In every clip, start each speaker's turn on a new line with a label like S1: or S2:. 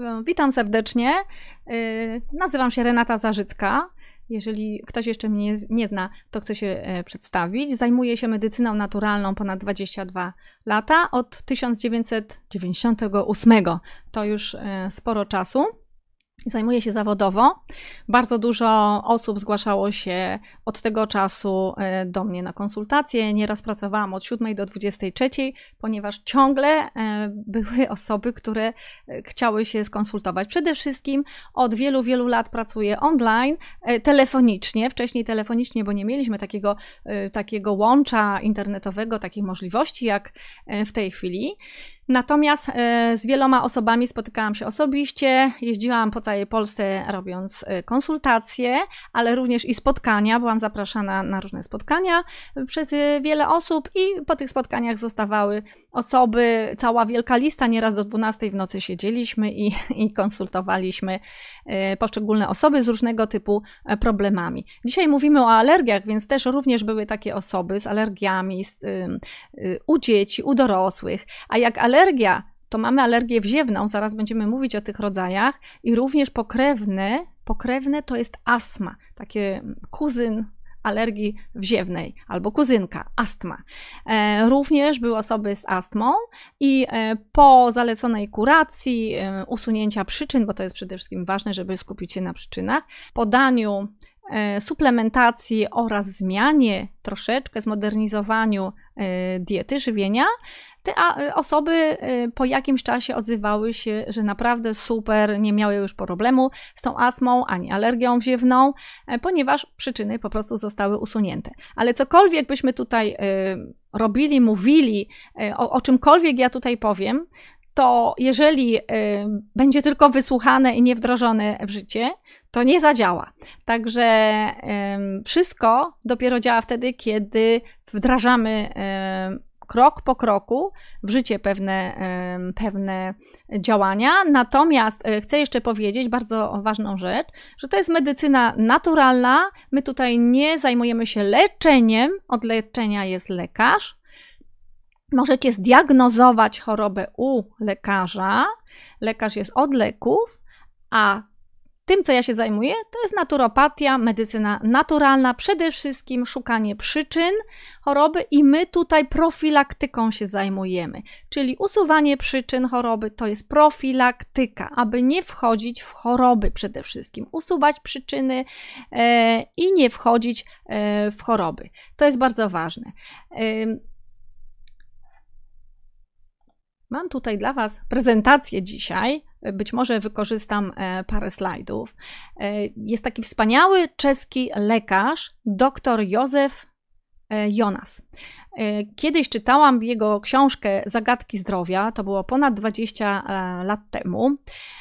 S1: Witam serdecznie. Nazywam się Renata Zarzycka. Jeżeli ktoś jeszcze mnie nie zna, to chcę się przedstawić. Zajmuję się medycyną naturalną ponad 22 lata, od 1998. To już sporo czasu. Zajmuję się zawodowo. Bardzo dużo osób zgłaszało się od tego czasu do mnie na konsultacje. Nieraz pracowałam od 7 do 23, ponieważ ciągle były osoby, które chciały się skonsultować. Przede wszystkim od wielu, wielu lat pracuję online, telefonicznie. Wcześniej telefonicznie, bo nie mieliśmy takiego łącza internetowego, takiej możliwości jak w tej chwili. Natomiast z wieloma osobami spotykałam się osobiście, jeździłam po całej Polsce robiąc konsultacje, ale również i spotkania. Byłam zapraszana na różne spotkania przez wiele osób i po tych spotkaniach zostawały osoby, cała wielka lista, nieraz do 12 w nocy siedzieliśmy i konsultowaliśmy poszczególne osoby z różnego typu problemami. Dzisiaj mówimy o alergiach, więc też również były takie osoby z alergiami u dzieci, u dorosłych, a jak alergia, to mamy alergię wziewną, zaraz będziemy mówić o tych rodzajach, i również pokrewne to jest astma, takie kuzyn alergii wziewnej albo kuzynka, astma. Również były osoby z astmą i po zaleconej kuracji, usunięcia przyczyn, bo to jest przede wszystkim ważne, żeby skupić się na przyczynach, podaniu suplementacji oraz zmianie, troszeczkę zmodernizowaniu diety, żywienia, te osoby po jakimś czasie odzywały się, że naprawdę super, nie miały już problemu z tą astmą ani alergią wziewną, ponieważ przyczyny po prostu zostały usunięte. Ale cokolwiek byśmy tutaj robili, mówili, o czymkolwiek ja tutaj powiem, to jeżeli będzie tylko wysłuchane i nie wdrożone w życie, to nie zadziała. Także wszystko dopiero działa wtedy, kiedy wdrażamy krok po kroku w życie pewne działania. Natomiast chcę jeszcze powiedzieć bardzo ważną rzecz, że to jest medycyna naturalna. My tutaj nie zajmujemy się leczeniem. Od leczenia jest lekarz. Możecie zdiagnozować chorobę u lekarza. Lekarz jest od leków, a tym, co ja się zajmuję, to jest naturopatia, medycyna naturalna, przede wszystkim szukanie przyczyn choroby i my tutaj profilaktyką się zajmujemy. Czyli usuwanie przyczyn choroby to jest profilaktyka, aby nie wchodzić w choroby przede wszystkim. Usuwać przyczyny i nie wchodzić w choroby. To jest bardzo ważne. Mam tutaj dla Was prezentację dzisiaj, być może wykorzystam parę slajdów. Jest taki wspaniały czeski lekarz, dr Józef Jonas. Kiedyś czytałam jego książkę Zagadki zdrowia, to było ponad 20 lat temu.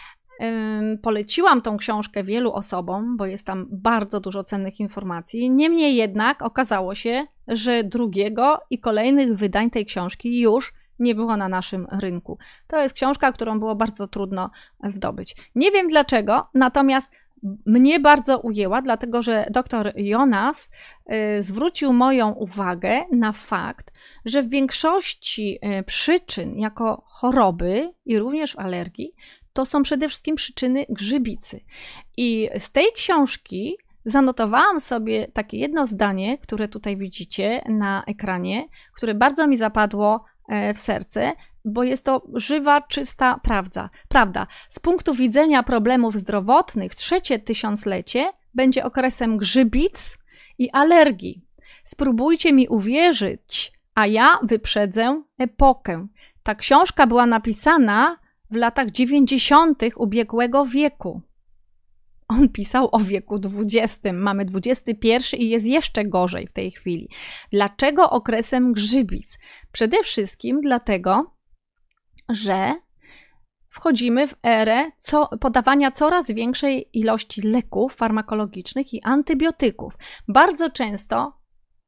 S1: Poleciłam tą książkę wielu osobom, bo jest tam bardzo dużo cennych informacji. Niemniej jednak okazało się, że drugiego i kolejnych wydań tej książki już nie było na naszym rynku. To jest książka, którą było bardzo trudno zdobyć. Nie wiem dlaczego, natomiast mnie bardzo ujęła, dlatego że dr Jonas zwrócił moją uwagę na fakt, że w większości przyczyn jako choroby i również w alergii to są przede wszystkim przyczyny grzybicy. I z tej książki zanotowałam sobie takie jedno zdanie, które tutaj widzicie na ekranie, które bardzo mi zapadło w serce, bo jest to żywa, czysta prawda. Z punktu widzenia problemów zdrowotnych trzecie tysiąclecie będzie okresem grzybic i alergii. Spróbujcie mi uwierzyć, a ja wyprzedzę epokę. Ta książka była napisana w latach 90. ubiegłego wieku. On pisał o wieku XX, mamy XXI i jest jeszcze gorzej w tej chwili. Dlaczego okresem grzybic? Przede wszystkim dlatego, że wchodzimy w erę podawania coraz większej ilości leków farmakologicznych i antybiotyków. Bardzo często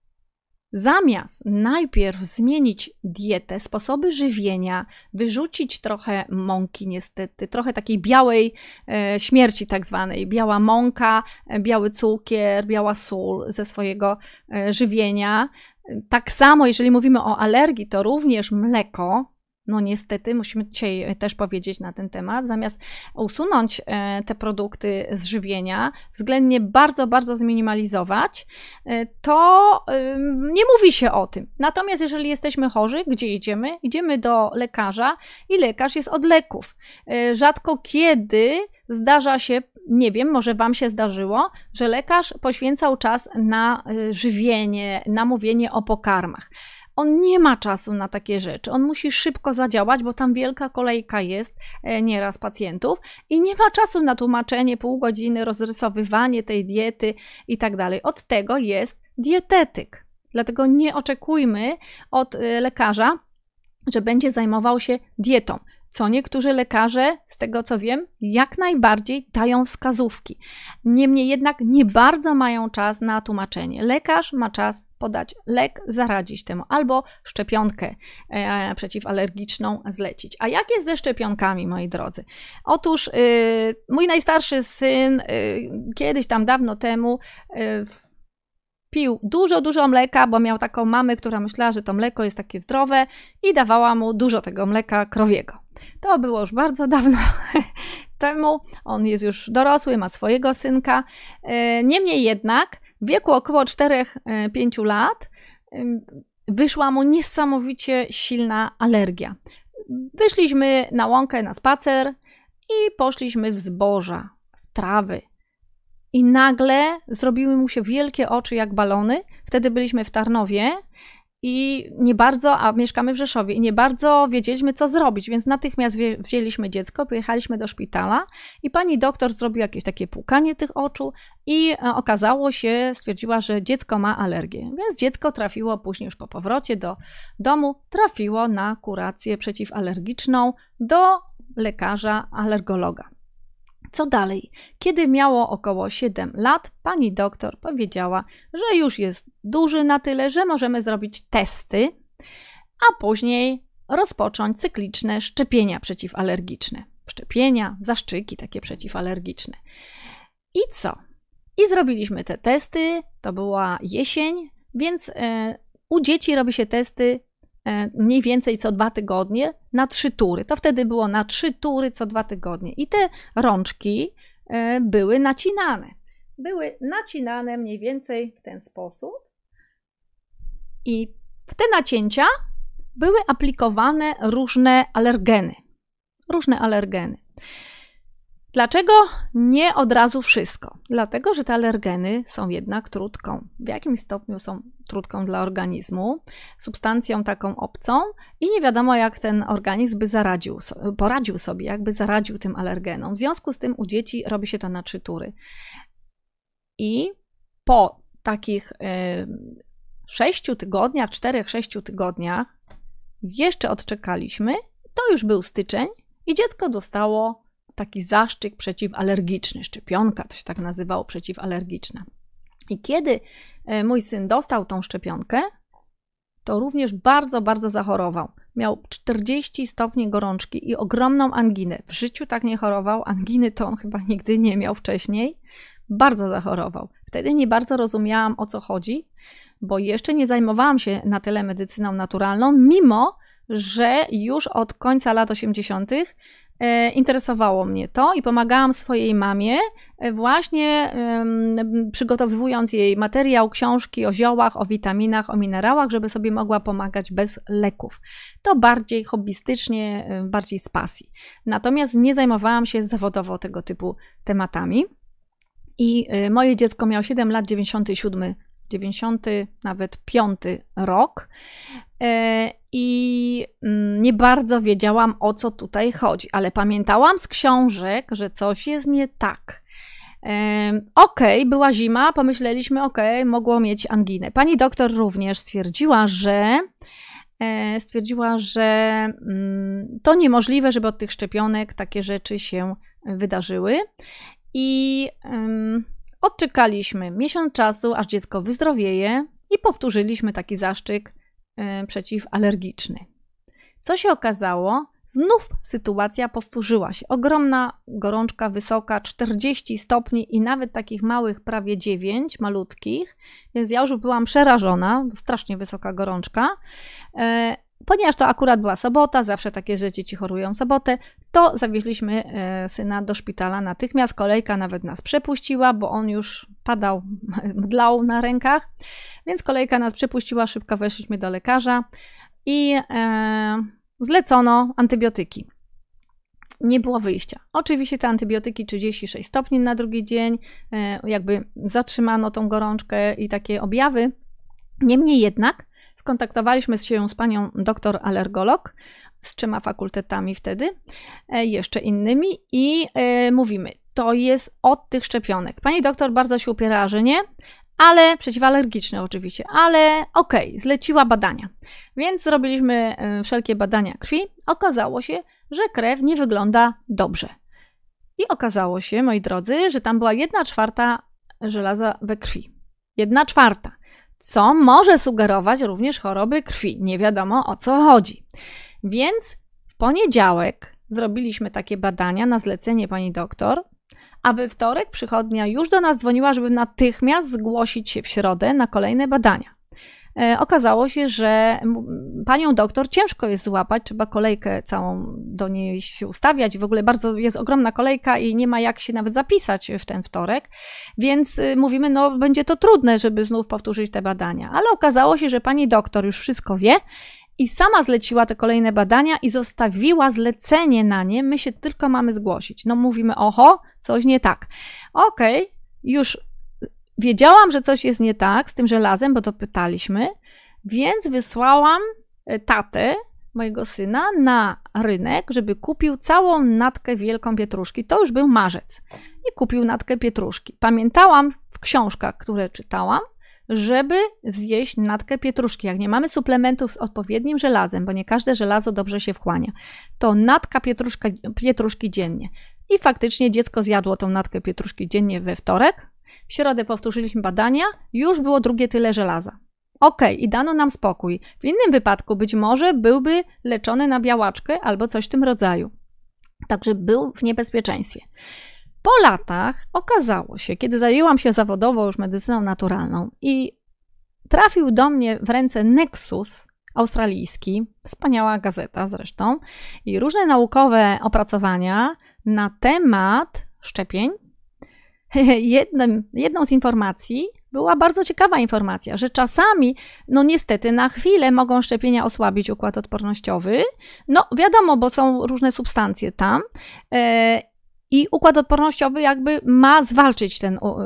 S1: zamiast najpierw zmienić dietę, sposoby żywienia, wyrzucić trochę mąki niestety, trochę takiej białej śmierci tak zwanej, biała mąka, biały cukier, biała sól ze swojego żywienia. Tak samo jeżeli mówimy o alergii, to również mleko, No niestety, musimy dzisiaj też powiedzieć na ten temat, zamiast usunąć te produkty z żywienia, względnie bardzo, bardzo zminimalizować, to nie mówi się o tym. Natomiast jeżeli jesteśmy chorzy, gdzie idziemy? Idziemy do lekarza i lekarz jest od leków. Rzadko kiedy zdarza się, nie wiem, może Wam się zdarzyło, że lekarz poświęcał czas na żywienie, na mówienie o pokarmach. On nie ma czasu na takie rzeczy, on musi szybko zadziałać, bo tam wielka kolejka jest nieraz pacjentów i nie ma czasu na tłumaczenie, pół godziny, rozrysowywanie tej diety i tak dalej. Od tego jest dietetyk. Dlatego nie oczekujmy od lekarza, że będzie zajmował się dietą. Co niektórzy lekarze, z tego co wiem, jak najbardziej dają wskazówki. Niemniej jednak nie bardzo mają czas na tłumaczenie. Lekarz ma czas podać lek, zaradzić temu, albo szczepionkę przeciwalergiczną zlecić. A jak jest ze szczepionkami, moi drodzy? Otóż mój najstarszy syn kiedyś tam dawno temu pił dużo mleka, bo miał taką mamę, która myślała, że to mleko jest takie zdrowe i dawała mu dużo tego mleka krowiego. To było już bardzo dawno temu, on jest już dorosły, ma swojego synka. Niemniej jednak w wieku około 4-5 lat wyszła mu niesamowicie silna alergia. Wyszliśmy na łąkę na spacer i poszliśmy w zboża, w trawy. I nagle zrobiły mu się wielkie oczy jak balony. Wtedy byliśmy w Tarnowie i nie bardzo, a mieszkamy w Rzeszowie, i nie bardzo wiedzieliśmy, co zrobić, więc natychmiast wzięliśmy dziecko, pojechaliśmy do szpitala i pani doktor zrobiła jakieś takie płukanie tych oczu i okazało się, stwierdziła, że dziecko ma alergię. Więc dziecko trafiło później już po powrocie do domu, trafiło na kurację przeciwalergiczną do lekarza alergologa. Co dalej? Kiedy miało około 7 lat, pani doktor powiedziała, że już jest duży na tyle, że możemy zrobić testy, a później rozpocząć cykliczne szczepienia przeciwalergiczne. Szczepienia, zaszczyki takie przeciwalergiczne. I co? I zrobiliśmy te testy, to była jesień, więc u dzieci robi się testy mniej więcej co 2 tygodnie na 3 tury. To wtedy było na 3 tury co 2 tygodnie. I te rączki były nacinane. Były nacinane mniej więcej w ten sposób. I w te nacięcia były aplikowane różne alergeny. Dlaczego nie od razu wszystko? Dlatego, że te alergeny są jednak trutką. W jakimś stopniu są trutką dla organizmu, substancją taką obcą i nie wiadomo, jak ten organizm by poradził sobie, jakby zaradził tym alergenom. W związku z tym u dzieci robi się to na 3 tury. I po takich 6 tygodniach, 4-6 tygodniach jeszcze odczekaliśmy, to już był styczeń i dziecko dostało taki zaszczyk przeciwalergiczny, szczepionka, to się tak nazywało, przeciwalergiczna. I kiedy mój syn dostał tą szczepionkę, to również bardzo, bardzo zachorował. Miał 40 stopni gorączki i ogromną anginę. W życiu tak nie chorował, anginy to on chyba nigdy nie miał wcześniej. Bardzo zachorował. Wtedy nie bardzo rozumiałam, o co chodzi, bo jeszcze nie zajmowałam się na tyle medycyną naturalną, mimo że już od końca lat 80. interesowało mnie to i pomagałam swojej mamie właśnie przygotowując jej materiał, książki o ziołach, o witaminach, o minerałach, żeby sobie mogła pomagać bez leków. To bardziej hobbystycznie, bardziej z pasji. Natomiast nie zajmowałam się zawodowo tego typu tematami. I moje dziecko miało 7 lat, 90 nawet 5 rok i nie bardzo wiedziałam, o co tutaj chodzi, ale pamiętałam z książek, że coś jest nie tak. Była zima, pomyśleliśmy, mogło mieć anginę. Pani doktor również stwierdziła, że to niemożliwe, żeby od tych szczepionek takie rzeczy się wydarzyły. I odczekaliśmy miesiąc czasu, aż dziecko wyzdrowieje i powtórzyliśmy taki zaszczyk przeciwalergiczny. Co się okazało? Znów sytuacja powtórzyła się. Ogromna gorączka, wysoka, 40 stopni i nawet takich małych, prawie 9, malutkich, więc ja już byłam przerażona, strasznie wysoka gorączka. ponieważ to akurat była sobota, zawsze takie, że dzieci chorują w sobotę, to zawieźliśmy syna do szpitala natychmiast. Kolejka nawet nas przepuściła, bo on już padał, mdlał na rękach, więc kolejka nas przepuściła, szybko weszliśmy do lekarza i zlecono antybiotyki. Nie było wyjścia. Oczywiście te antybiotyki 36 stopni na drugi dzień, jakby zatrzymano tą gorączkę i takie objawy. Niemniej jednak skontaktowaliśmy się z panią doktor alergolog, z 3 fakultetami wtedy, jeszcze innymi i mówimy, to jest od tych szczepionek. Pani doktor bardzo się upierała, że nie, ale przeciwalergiczne oczywiście, ale okej, zleciła badania. Więc zrobiliśmy wszelkie badania krwi. Okazało się, że krew nie wygląda dobrze. I okazało się, moi drodzy, że tam była 1/4 żelaza we krwi. 1/4. Co może sugerować również choroby krwi. Nie wiadomo, o co chodzi. Więc w poniedziałek zrobiliśmy takie badania na zlecenie pani doktor, a we wtorek przychodnia już do nas dzwoniła, żeby natychmiast zgłosić się w środę na kolejne badania. Okazało się, że panią doktor ciężko jest złapać, trzeba kolejkę całą do niej się ustawiać. W ogóle bardzo jest ogromna kolejka i nie ma jak się nawet zapisać w ten wtorek, więc mówimy, no będzie to trudne, żeby znów powtórzyć te badania. Ale okazało się, że pani doktor już wszystko wie i sama zleciła te kolejne badania i zostawiła zlecenie na nie, my się tylko mamy zgłosić. No mówimy, oho, coś nie tak. Okej, już wiedziałam, że coś jest nie tak z tym żelazem, bo to pytaliśmy, więc wysłałam tatę mojego syna na rynek, żeby kupił całą natkę wielką pietruszki. To już był marzec. I kupił natkę pietruszki. Pamiętałam w książkach, które czytałam, żeby zjeść natkę pietruszki. Jak nie mamy suplementów z odpowiednim żelazem, bo nie każde żelazo dobrze się wchłania, to natka pietruszki dziennie. I faktycznie dziecko zjadło tą natkę pietruszki dziennie we wtorek. W środę powtórzyliśmy badania, już było drugie tyle żelaza. Okej, i dano nam spokój. W innym wypadku być może byłby leczony na białaczkę albo coś w tym rodzaju. Także był w niebezpieczeństwie. Po latach okazało się, kiedy zajęłam się zawodowo już medycyną naturalną i trafił do mnie w ręce Nexus australijski, wspaniała gazeta zresztą, i różne naukowe opracowania na temat szczepień. Jedną z informacji była bardzo ciekawa informacja, że czasami, no niestety na chwilę mogą szczepienia osłabić układ odpornościowy. No wiadomo, bo są różne substancje tam i układ odpornościowy jakby ma zwalczyć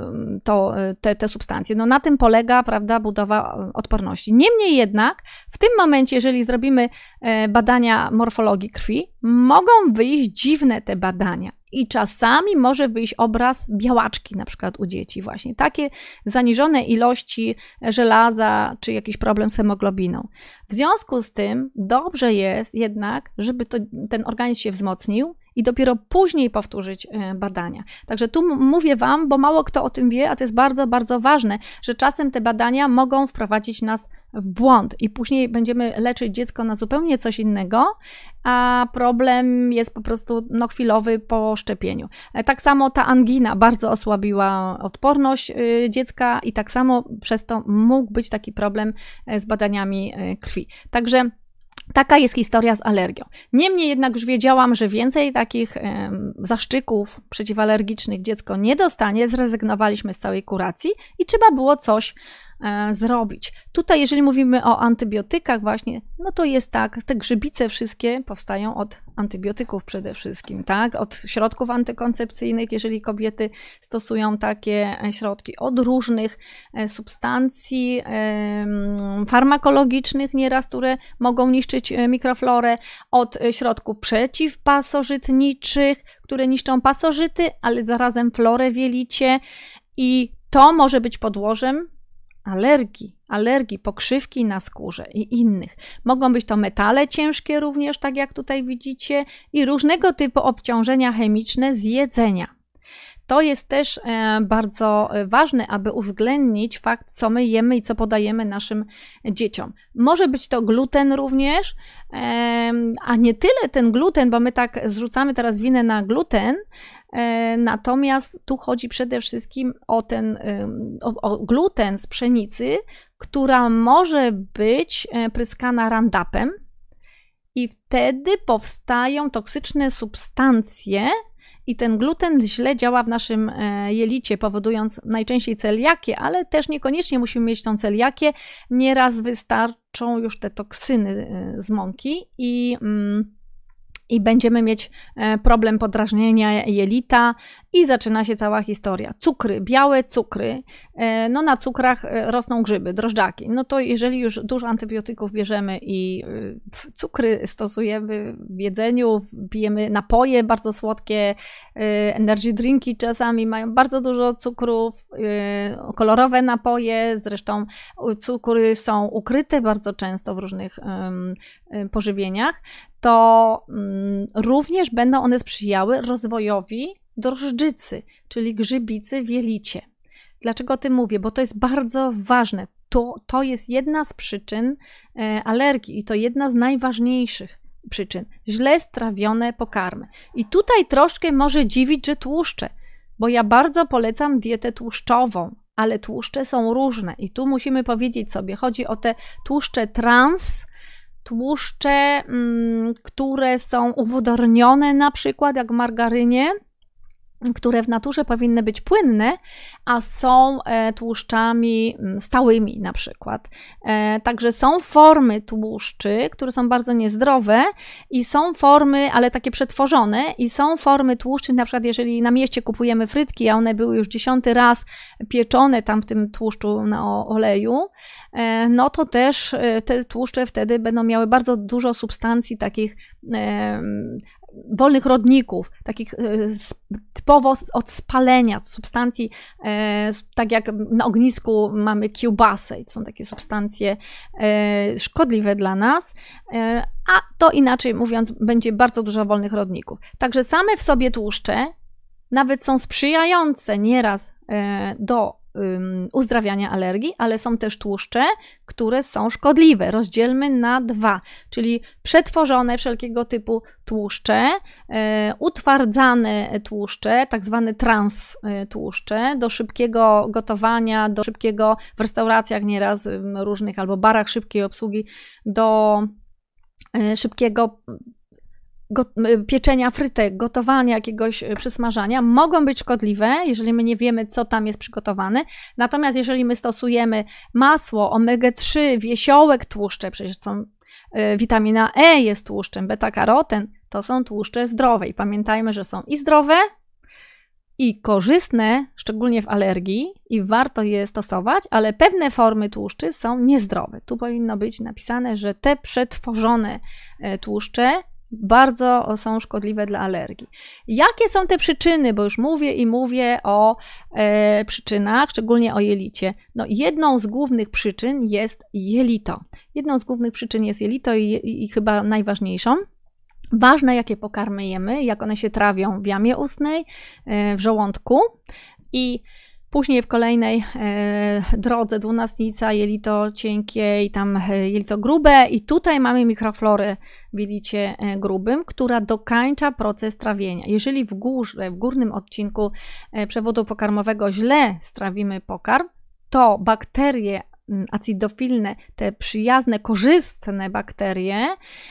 S1: te substancje. No na tym polega, prawda, budowa odporności. Niemniej jednak w tym momencie, jeżeli zrobimy badania morfologii krwi, mogą wyjść dziwne te badania. I czasami może wyjść obraz białaczki, na przykład u dzieci właśnie. Takie zaniżone ilości żelaza, czy jakiś problem z hemoglobiną. W związku z tym dobrze jest jednak, żeby ten organizm się wzmocnił i dopiero później powtórzyć badania. Także tu mówię Wam, bo mało kto o tym wie, a to jest bardzo, bardzo ważne, że czasem te badania mogą wprowadzić nas w błąd i później będziemy leczyć dziecko na zupełnie coś innego, a problem jest po prostu chwilowy po szczepieniu. Tak samo ta angina bardzo osłabiła odporność dziecka i tak samo przez to mógł być taki problem z badaniami krwi. Także taka jest historia z alergią. Niemniej jednak już wiedziałam, że więcej takich zaszczyków przeciwalergicznych dziecko nie dostanie. Zrezygnowaliśmy z całej kuracji i trzeba było coś zrobić. Tutaj, jeżeli mówimy o antybiotykach właśnie, no to jest tak, te grzybice wszystkie powstają od antybiotyków przede wszystkim, tak? Od środków antykoncepcyjnych, jeżeli kobiety stosują takie środki, od różnych substancji farmakologicznych nieraz, które mogą niszczyć mikroflorę, od środków przeciwpasożytniczych, które niszczą pasożyty, ale zarazem florę w jelicie i to może być podłożem alergii, pokrzywki na skórze i innych. Mogą być to metale ciężkie również, tak jak tutaj widzicie, i różnego typu obciążenia chemiczne z jedzenia. To jest też bardzo ważne, aby uwzględnić fakt, co my jemy i co podajemy naszym dzieciom. Może być to gluten również, a nie tyle ten gluten, bo my tak zrzucamy teraz winę na gluten, natomiast tu chodzi przede wszystkim o gluten z pszenicy, która może być pryskana Roundupem, i wtedy powstają toksyczne substancje i ten gluten źle działa w naszym jelicie, powodując najczęściej celiakię, ale też niekoniecznie musimy mieć tą celiakię. Nieraz wystarczą już te toksyny z mąki i będziemy mieć problem podrażnienia jelita i zaczyna się cała historia. Cukry, białe cukry, no na cukrach rosną grzyby, drożdżaki. No to jeżeli już dużo antybiotyków bierzemy i cukry stosujemy w jedzeniu, pijemy napoje bardzo słodkie, energy drinki czasami mają bardzo dużo cukrów, kolorowe napoje, zresztą cukry są ukryte bardzo często w różnych pożywieniach, to również będą one sprzyjały rozwojowi drożdżycy, czyli grzybicy w jelicie. Dlaczego o tym mówię? Bo to jest bardzo ważne. To jest jedna z przyczyn alergii i to jedna z najważniejszych przyczyn. Źle strawione pokarmy. I tutaj troszkę może dziwić, że tłuszcze, bo ja bardzo polecam dietę tłuszczową, ale tłuszcze są różne i tu musimy powiedzieć sobie, chodzi o te tłuszcze trans, tłuszcze, które są uwodornione na przykład, jak w margarynie, które w naturze powinny być płynne, a są tłuszczami stałymi na przykład. Także są formy tłuszczy, które są bardzo niezdrowe i są formy, ale takie przetworzone i są formy tłuszczy, na przykład jeżeli na mieście kupujemy frytki, a one były już 10. raz pieczone tam w tym tłuszczu na oleju, no to też te tłuszcze wtedy będą miały bardzo dużo substancji takich wolnych rodników, takich typowo od spalenia substancji, tak jak na ognisku mamy kiełbasę i to są takie substancje szkodliwe dla nas, a to inaczej mówiąc będzie bardzo dużo wolnych rodników. Także same w sobie tłuszcze nawet są sprzyjające nieraz do uzdrawiania alergii, ale są też tłuszcze, które są szkodliwe. Rozdzielmy na 2, czyli przetworzone wszelkiego typu tłuszcze, utwardzane tłuszcze, tak zwane trans tłuszcze, do szybkiego gotowania, do szybkiego w restauracjach nieraz różnych albo barach szybkiej obsługi, do szybkiego pieczenia frytek, gotowania, jakiegoś przysmażania, mogą być szkodliwe, jeżeli my nie wiemy, co tam jest przygotowane. Natomiast jeżeli my stosujemy masło, omega-3, wiesiołek tłuszcze, przecież są, witamina E jest tłuszczem, beta-karoten, to są tłuszcze zdrowe. I pamiętajmy, że są i zdrowe, i korzystne, szczególnie w alergii i warto je stosować, ale pewne formy tłuszczy są niezdrowe. Tu powinno być napisane, że te przetworzone tłuszcze bardzo są szkodliwe dla alergii. Jakie są te przyczyny? Bo już mówię o przyczynach, szczególnie o jelicie. No, jedną z głównych przyczyn jest jelito. Jedną z głównych przyczyn jest jelito i chyba najważniejszą. Ważne, jakie pokarmy jemy, jak one się trawią w jamie ustnej, w żołądku i później w kolejnej drodze dwunastnica, jelito cienkie i tam jelito grube i tutaj mamy mikroflorę w jelicie grubym, która dokańcza proces trawienia. Jeżeli w górnym odcinku przewodu pokarmowego źle strawimy pokarm, to bakterie acidofilne, te przyjazne, korzystne bakterie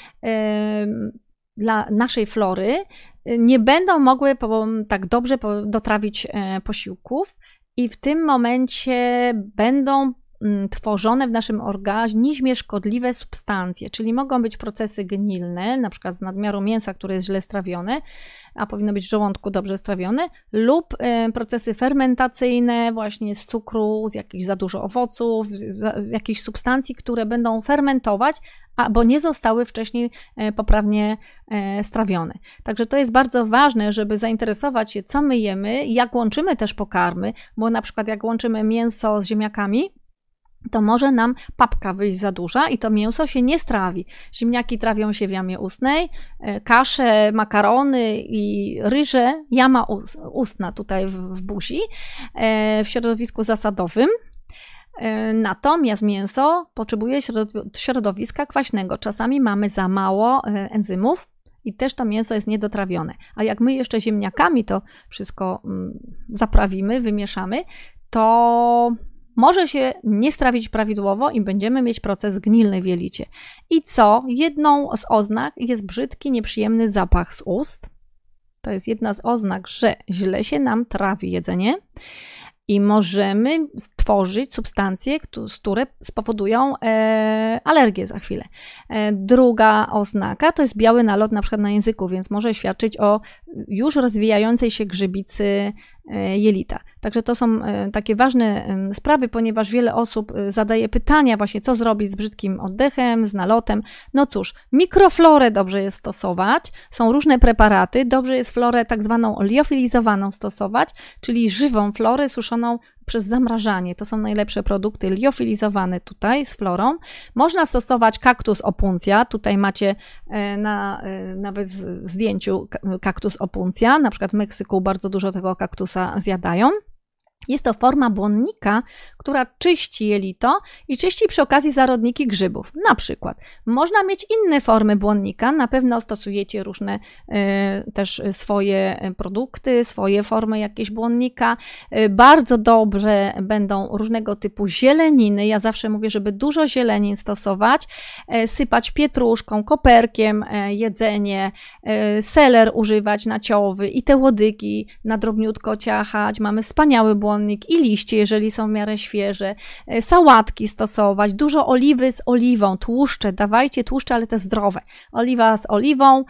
S1: dla naszej flory nie będą mogły tak dobrze dotrawić posiłków i w tym momencie będą tworzone w naszym organizmie szkodliwe substancje, czyli mogą być procesy gnilne, na przykład z nadmiaru mięsa, które jest źle strawione, a powinno być w żołądku dobrze strawione, lub procesy fermentacyjne właśnie z cukru, z jakichś za dużo owoców, z jakichś substancji, które będą fermentować, bo nie zostały wcześniej poprawnie strawione. Także to jest bardzo ważne, żeby zainteresować się, co my jemy, jak łączymy też pokarmy, bo na przykład jak łączymy mięso z ziemniakami, to może nam papka wyjść za duża i to mięso się nie strawi. Ziemniaki trawią się w jamie ustnej, kasze, makarony i ryże, jama ustna tutaj w buzi, w środowisku zasadowym. Natomiast mięso potrzebuje środowiska kwaśnego. Czasami mamy za mało enzymów i też to mięso jest niedotrawione. A jak my jeszcze ziemniakami to wszystko zaprawimy, wymieszamy, to może się nie strawić prawidłowo i będziemy mieć proces gnilny w jelicie. I co? Jedną z oznak jest brzydki, nieprzyjemny zapach z ust. To jest jedna z oznak, że źle się nam trawi jedzenie i możemy stworzyć substancje, które spowodują alergię za chwilę. Druga oznaka to jest biały nalot na przykład na języku, więc może świadczyć o już rozwijającej się grzybicy jelita. Także to są takie ważne sprawy, ponieważ wiele osób zadaje pytania właśnie, co zrobić z brzydkim oddechem, z nalotem. No cóż, mikroflorę dobrze jest stosować, są różne preparaty, dobrze jest florę tak zwaną liofilizowaną stosować, czyli żywą florę suszoną przez zamrażanie. To są najlepsze produkty liofilizowane tutaj z florą. Można stosować kaktus opuncja. Tutaj macie nawet w zdjęciu kaktus opuncja. Na przykład w Meksyku bardzo dużo tego kaktusa zjadają. Jest to forma błonnika, która czyści jelito i czyści przy okazji zarodniki grzybów. Na przykład można mieć inne formy błonnika, na pewno stosujecie różne też swoje produkty, swoje formy jakieś błonnika. Bardzo dobrze będą różnego typu zieleniny. Ja zawsze mówię, żeby dużo zielenin stosować, sypać pietruszką, koperkiem jedzenie, seler używać naciowy i te łodygi na drobniutko ciachać. Mamy wspaniały błonnik i liście, jeżeli są w miarę świeże, sałatki stosować, dużo oliwy z oliwą, tłuszcze, dawajcie tłuszcze, ale te zdrowe. Oliwa z oliwą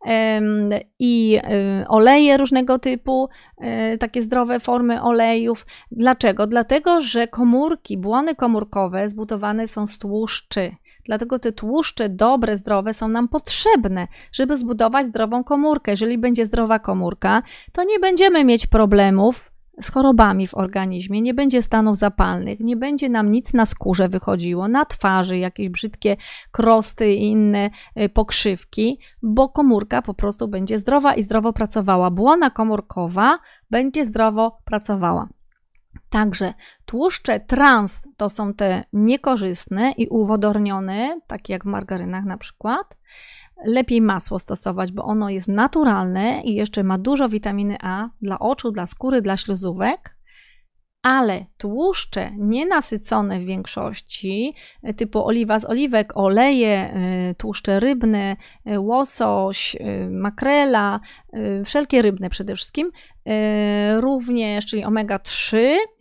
S1: i oleje różnego typu, takie zdrowe formy olejów. Dlaczego? Dlatego, że komórki, błony komórkowe zbudowane są z tłuszczy. Dlatego te tłuszcze dobre, zdrowe są nam potrzebne, żeby zbudować zdrową komórkę. Jeżeli będzie zdrowa komórka, to nie będziemy mieć problemów z chorobami w organizmie, nie będzie stanów zapalnych, nie będzie nam nic na skórze wychodziło, na twarzy, jakieś brzydkie krosty i inne pokrzywki, bo komórka po prostu będzie zdrowa i zdrowo pracowała. Błona komórkowa będzie zdrowo pracowała. Także tłuszcze trans to są te niekorzystne i uwodornione, takie jak w margarynach na przykład. Lepiej masło stosować, bo ono jest naturalne i jeszcze ma dużo witaminy A dla oczu, dla skóry, dla śluzówek. Ale tłuszcze nienasycone w większości, typu oliwa z oliwek, oleje, tłuszcze rybne, łosoś, makrela, wszelkie rybne przede wszystkim, również, czyli omega-3,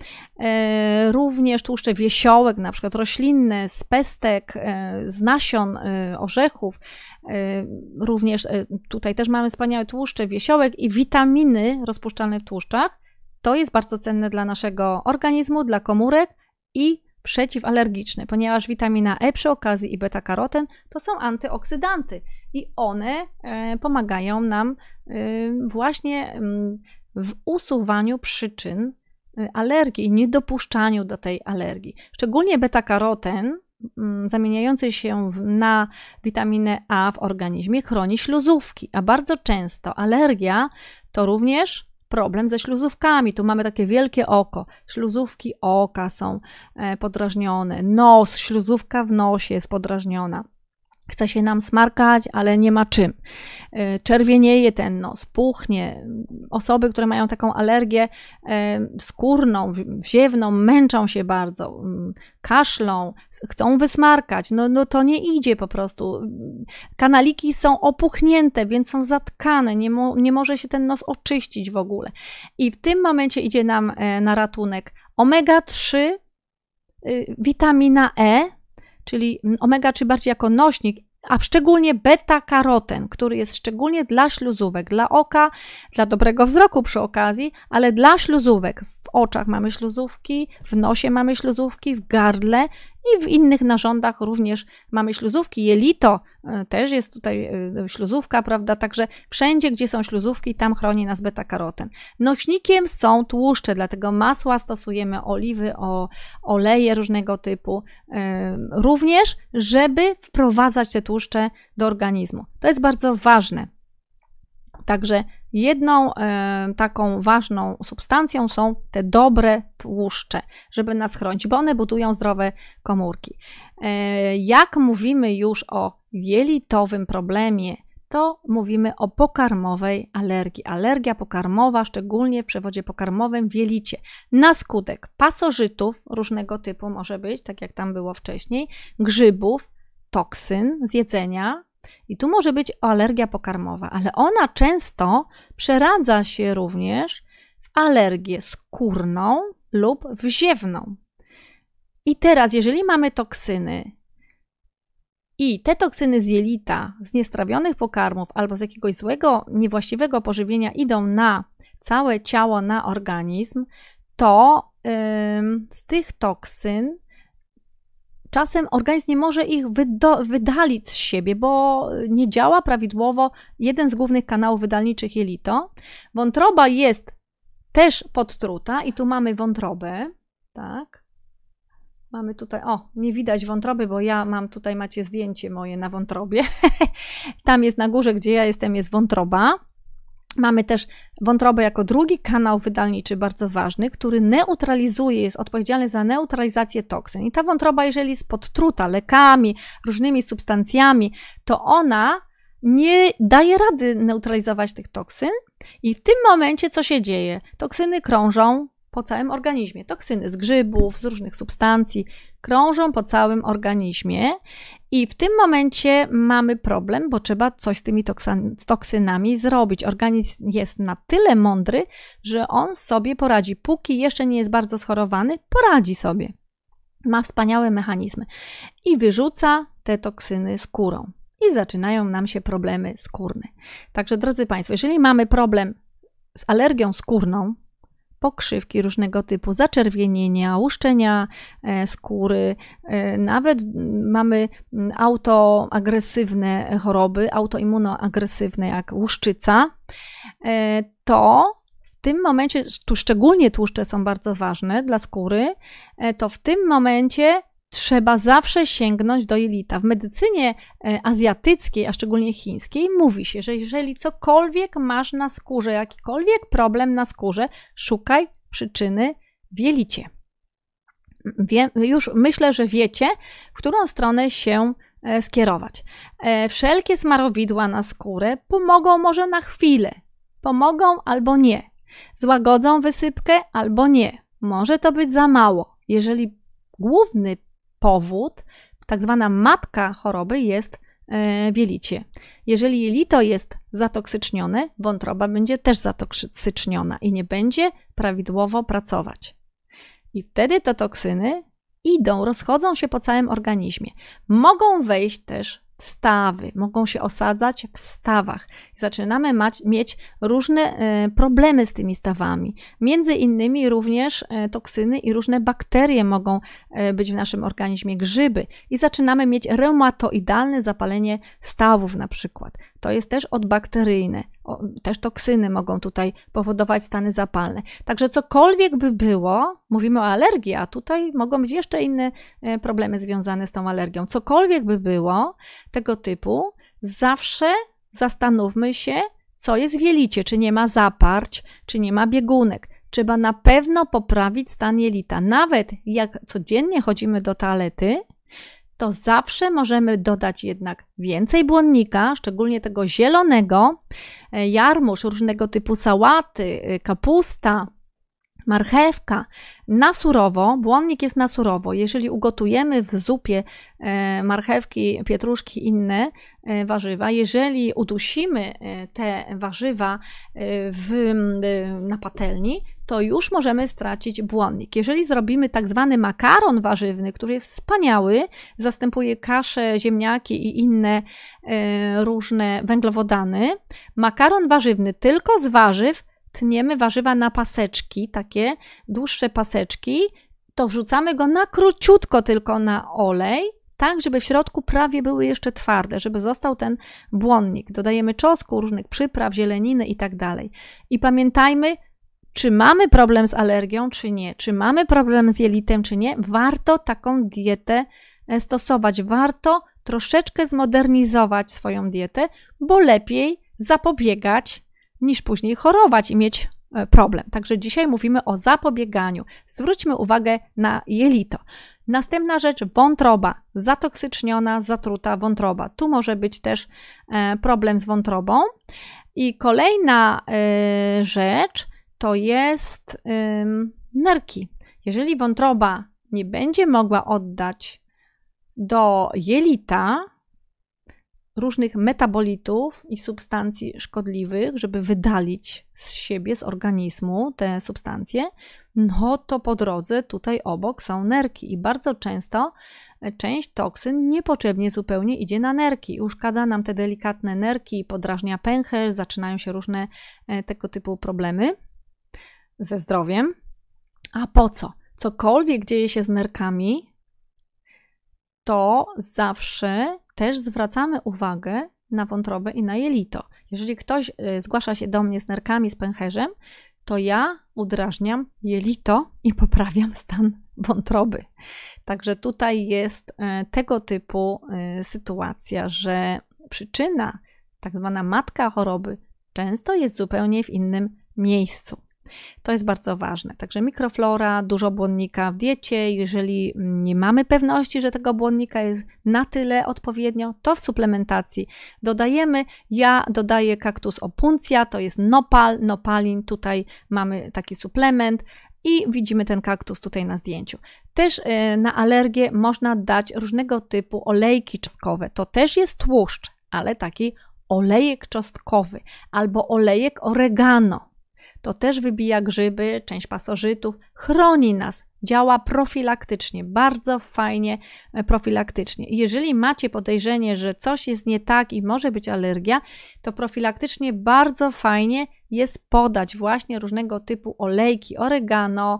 S1: również tłuszcze wiesiołek, na przykład roślinne, z pestek, z nasion, orzechów, również tutaj też mamy wspaniałe tłuszcze wiesiołek i witaminy rozpuszczalne w tłuszczach. To jest bardzo cenne dla naszego organizmu, dla komórek i przeciwalergiczne, ponieważ witamina E przy okazji i beta-karoten to są antyoksydanty i one pomagają nam właśnie w usuwaniu przyczyn alergii i niedopuszczaniu do tej alergii. Szczególnie beta-karoten zamieniający się na witaminę A w organizmie chroni śluzówki, a bardzo często alergia to również problem ze śluzówkami. Tu mamy takie wielkie oko. Śluzówki oka są podrażnione. Nos, śluzówka w nosie jest podrażniona. Chce się nam smarkać, ale nie ma czym. Czerwienieje ten nos, puchnie. Osoby, które mają taką alergię skórną, wziewną, męczą się bardzo, kaszlą, chcą wysmarkać. No to nie idzie po prostu. Kanaliki są opuchnięte, więc są zatkane. Nie może się ten nos oczyścić w ogóle. I w tym momencie idzie nam na ratunek omega-3, witamina E, czyli omega-3 bardziej jako nośnik, a szczególnie beta-karoten, który jest szczególnie dla śluzówek, dla oka, dla dobrego wzroku przy okazji, ale dla śluzówek. W oczach mamy śluzówki, w nosie mamy śluzówki, w gardle i w innych narządach również mamy śluzówki. Jelito też jest tutaj śluzówka, prawda? Także wszędzie, gdzie są śluzówki, tam chroni nas beta-karoten. Nośnikiem są tłuszcze, dlatego masła stosujemy, oliwy, oleje różnego typu. Również, żeby wprowadzać te tłuszcze do organizmu. To jest bardzo ważne. Także jedną taką ważną substancją są te dobre tłuszcze, żeby nas chronić, bo one budują zdrowe komórki. Jak mówimy już o jelitowym problemie, to mówimy o pokarmowej alergii. Alergia pokarmowa, szczególnie w przewodzie pokarmowym w jelicie. Na skutek pasożytów różnego typu może być, tak jak tam było wcześniej, grzybów, toksyn z jedzenia. I tu może być alergia pokarmowa, ale ona często przeradza się również w alergię skórną lub wziewną. I teraz, jeżeli mamy toksyny i te toksyny z jelita, z niestrawionych pokarmów albo z jakiegoś złego, niewłaściwego pożywienia idą na całe ciało, na organizm, to z tych toksyn czasem organizm nie może ich wydalić z siebie, bo nie działa prawidłowo jeden z głównych kanałów wydalniczych jelito. Wątroba jest też podtruta i tu mamy wątrobę, tak? Mamy tutaj, nie widać wątroby, bo ja mam tutaj, macie zdjęcie moje na wątrobie. Tam jest na górze, gdzie ja jestem, jest wątroba. Mamy też wątrobę jako drugi kanał wydalniczy, bardzo ważny, który neutralizuje, jest odpowiedzialny za neutralizację toksyn. I ta wątroba, jeżeli jest podtruta lekami, różnymi substancjami, to ona nie daje rady neutralizować tych toksyn i w tym momencie co się dzieje? Toksyny krążą po całym organizmie. Toksyny z grzybów, z różnych substancji krążą po całym organizmie i w tym momencie mamy problem, bo trzeba coś z tymi toksynami zrobić. Organizm jest na tyle mądry, że on sobie poradzi. Póki jeszcze nie jest bardzo schorowany, poradzi sobie. Ma wspaniałe mechanizmy i wyrzuca te toksyny skórą. I zaczynają nam się problemy skórne. Także drodzy Państwo, jeżeli mamy problem z alergią skórną, pokrzywki różnego typu, zaczerwienienia, łuszczenia skóry, nawet mamy autoagresywne choroby, autoimmunoagresywne jak łuszczyca, to w tym momencie, tu szczególnie tłuszcze są bardzo ważne dla skóry, to w tym momencie trzeba zawsze sięgnąć do jelita. W medycynie azjatyckiej, a szczególnie chińskiej, mówi się, że jeżeli cokolwiek masz na skórze, jakikolwiek problem na skórze, szukaj przyczyny w jelicie. Już myślę, że wiecie, w którą stronę się skierować. Wszelkie smarowidła na skórę pomogą może na chwilę. Pomogą albo nie. Złagodzą wysypkę albo nie. Może to być za mało. Jeżeli główny powód, tak zwana matka choroby jest w jelicie. Jeżeli jelito jest zatoksycznione, wątroba będzie też zatoksyczniona i nie będzie prawidłowo pracować. I wtedy te toksyny rozchodzą się po całym organizmie. Mogą wejść też w stawy, mogą się osadzać w stawach. Zaczynamy mieć różne problemy z tymi stawami. Między innymi również toksyny i różne bakterie mogą być w naszym organizmie, grzyby. I zaczynamy mieć reumatoidalne zapalenie stawów na przykład. To jest też odbakteryjne. Też toksyny mogą tutaj powodować stany zapalne. Także cokolwiek by było, mówimy o alergii, a tutaj mogą być jeszcze inne problemy związane z tą alergią. Cokolwiek by było tego typu, zawsze zastanówmy się, co jest w jelicie, czy nie ma zaparć, czy nie ma biegunek. Trzeba na pewno poprawić stan jelita. Nawet jak codziennie chodzimy do toalety, to zawsze możemy dodać jednak więcej błonnika, szczególnie tego zielonego, jarmuż, różnego typu sałaty, kapusta, marchewka, na surowo, błonnik jest na surowo. Jeżeli ugotujemy w zupie marchewki, pietruszki, inne warzywa, jeżeli udusimy te warzywa na patelni, to już możemy stracić błonnik. Jeżeli zrobimy tak zwany makaron warzywny, który jest wspaniały, zastępuje kaszę, ziemniaki i inne różne węglowodany, makaron warzywny tylko z warzyw, tniemy warzywa na paseczki, takie dłuższe paseczki, to wrzucamy go na króciutko tylko na olej, tak żeby w środku prawie były jeszcze twarde, żeby został ten błonnik. Dodajemy czosnku, różnych przypraw, zieleniny i tak dalej. I pamiętajmy, czy mamy problem z alergią, czy nie, czy mamy problem z jelitem, czy nie, warto taką dietę stosować. Warto troszeczkę zmodernizować swoją dietę, bo lepiej zapobiegać niż później chorować i mieć problem. Także dzisiaj mówimy o zapobieganiu. Zwróćmy uwagę na jelito. Następna rzecz, wątroba, zatoksyczniona, zatruta wątroba. Tu może być też problem z wątrobą. I kolejna rzecz to jest nerki. Jeżeli wątroba nie będzie mogła oddać do jelita różnych metabolitów i substancji szkodliwych, żeby wydalić z siebie, z organizmu te substancje, no to po drodze tutaj obok są nerki i bardzo często część toksyn niepotrzebnie zupełnie idzie na nerki. Uszkadza nam te delikatne nerki, podrażnia pęcherz, zaczynają się różne tego typu problemy ze zdrowiem. A po co? Cokolwiek dzieje się z nerkami, to zawsze też zwracamy uwagę na wątrobę i na jelito. Jeżeli ktoś zgłasza się do mnie z nerkami, z pęcherzem, to ja udrażniam jelito i poprawiam stan wątroby. Także tutaj jest tego typu sytuacja, że przyczyna, tak zwana matka choroby, często jest zupełnie w innym miejscu. To jest bardzo ważne. Także mikroflora, dużo błonnika w diecie. Jeżeli nie mamy pewności, że tego błonnika jest na tyle odpowiednio, to w suplementacji dodajemy. Ja dodaję kaktus opuncja, to jest nopal, nopalin. Tutaj mamy taki suplement i widzimy ten kaktus tutaj na zdjęciu. Też na alergię można dać różnego typu olejki czosnkowe. To też jest tłuszcz, ale taki olejek czosnkowy albo olejek oregano. To też wybija grzyby, część pasożytów, chroni nas, działa profilaktycznie, bardzo fajnie profilaktycznie. I jeżeli macie podejrzenie, że coś jest nie tak i może być alergia, to profilaktycznie bardzo fajnie jest podać właśnie różnego typu olejki, oregano,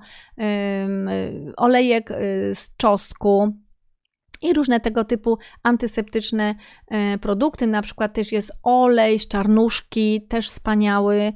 S1: olejek z czosnku i różne tego typu antyseptyczne produkty. Na przykład też jest olej z czarnuszki, też wspaniały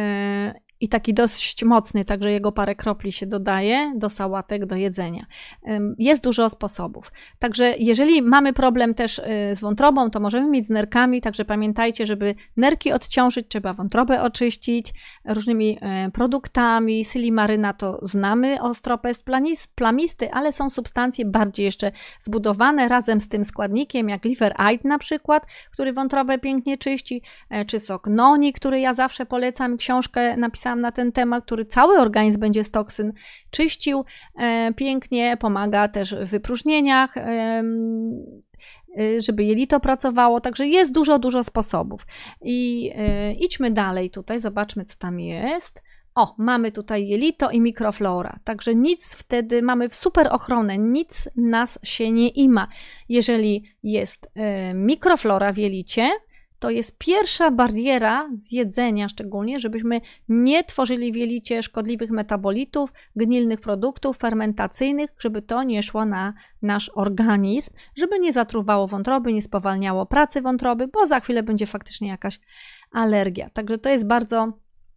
S1: i taki dość mocny, także jego parę kropli się dodaje do sałatek, do jedzenia. Jest dużo sposobów. Także jeżeli mamy problem też z wątrobą, to możemy mieć z nerkami, także pamiętajcie, żeby nerki odciążyć, trzeba wątrobę oczyścić różnymi produktami. Silimaryna to znamy, ostropest plamisty, ale są substancje bardziej jeszcze zbudowane razem z tym składnikiem, jak liverite na przykład, który wątrobę pięknie czyści, czy sok noni, który ja zawsze polecam, książkę napisałam na ten temat, który cały organizm będzie z toksyn czyścił pięknie, pomaga też w wypróżnieniach, żeby jelito pracowało, także jest dużo sposobów. I idźmy dalej tutaj, zobaczmy co tam jest. O, mamy tutaj jelito i mikroflora, także nic wtedy, mamy super ochronę, nic nas się nie ima. Jeżeli jest mikroflora w jelicie, to jest pierwsza bariera z jedzenia szczególnie, żebyśmy nie tworzyli w jelicie szkodliwych metabolitów, gnilnych produktów fermentacyjnych, żeby to nie szło na nasz organizm, żeby nie zatruwało wątroby, nie spowalniało pracy wątroby, bo za chwilę będzie faktycznie jakaś alergia. Także to jest bardzo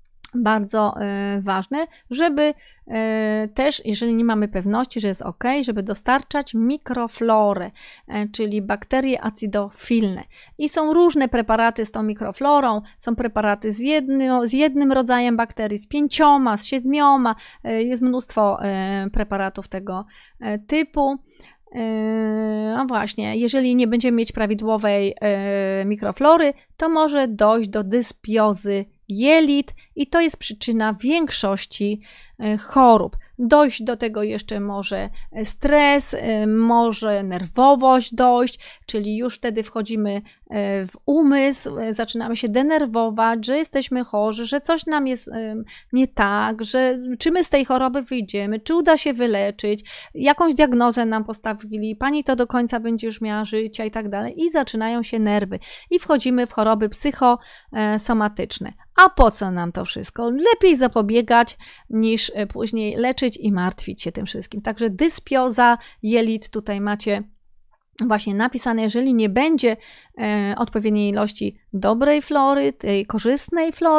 S1: ważne, żeby też, jeżeli nie mamy pewności, że jest ok, żeby dostarczać mikroflorę, czyli bakterie acidofilne. I są różne preparaty z tą mikroflorą, są preparaty z jednym rodzajem bakterii, z 5, z 7, jest mnóstwo preparatów tego typu. No właśnie, jeżeli nie będziemy mieć prawidłowej mikroflory, to może dojść do dysbiozy jelit i to jest przyczyna większości chorób. Dojść do tego jeszcze może stres, może nerwowość dojść, czyli już wtedy wchodzimy w umysł, zaczynamy się denerwować, że jesteśmy chorzy, że coś nam jest nie tak, że czy my z tej choroby wyjdziemy, czy uda się wyleczyć, jakąś diagnozę nam postawili, pani to do końca będzie już miała życia i tak dalej i zaczynają się nerwy i wchodzimy w choroby psychosomatyczne. A po co nam to wszystko? Lepiej zapobiegać niż później leczyć i martwić się tym wszystkim. Także dysbioza jelit, tutaj macie właśnie napisane, jeżeli nie będzie odpowiedniej ilości dobrej flory, tej korzystnej flory,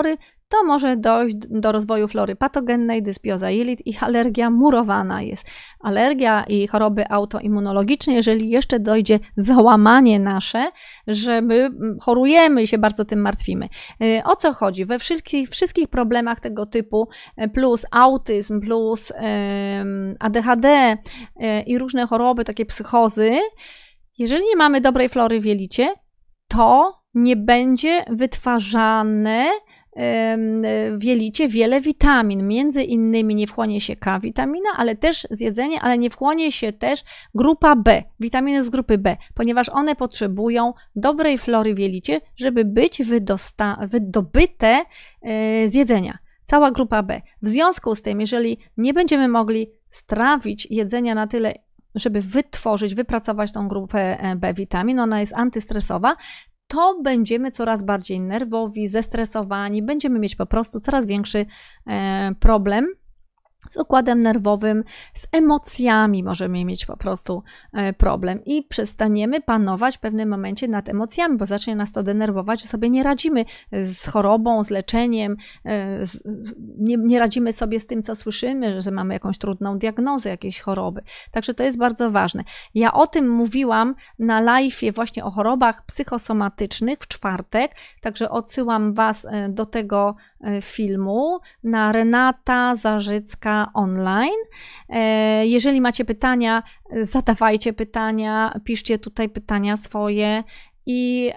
S1: to może dojść do rozwoju flory patogennej, dysbioza jelit i alergia murowana jest. Alergia i choroby autoimmunologiczne, jeżeli jeszcze dojdzie załamanie nasze, że my chorujemy i się bardzo tym martwimy. O co chodzi? We wszystkich problemach tego typu, plus autyzm, plus ADHD i różne choroby, takie psychozy, jeżeli nie mamy dobrej flory w jelicie, to nie będzie wytwarzane w jelicie wiele witamin. Między innymi nie wchłonie się K-witamina, ale też z jedzenia, ale nie wchłonie się też grupa B, witaminy z grupy B, ponieważ one potrzebują dobrej flory w jelicie, żeby być wydobyte z jedzenia. Cała grupa B. W związku z tym, jeżeli nie będziemy mogli strawić jedzenia na tyle, żeby wypracować tą grupę B witamin, ona jest antystresowa, to będziemy coraz bardziej nerwowi, zestresowani, będziemy mieć po prostu coraz większy problem z układem nerwowym, z emocjami możemy mieć po prostu problem i przestaniemy panować w pewnym momencie nad emocjami, bo zacznie nas to denerwować, że sobie nie radzimy z chorobą, z leczeniem, nie radzimy sobie z tym, co słyszymy, że mamy jakąś trudną diagnozę jakiejś choroby. Także to jest bardzo ważne. Ja o tym mówiłam na live'ie właśnie o chorobach psychosomatycznych w czwartek, także odsyłam Was do tego filmu na Renata Zarzycka online. Jeżeli macie pytania, zadawajcie pytania, piszcie tutaj pytania swoje i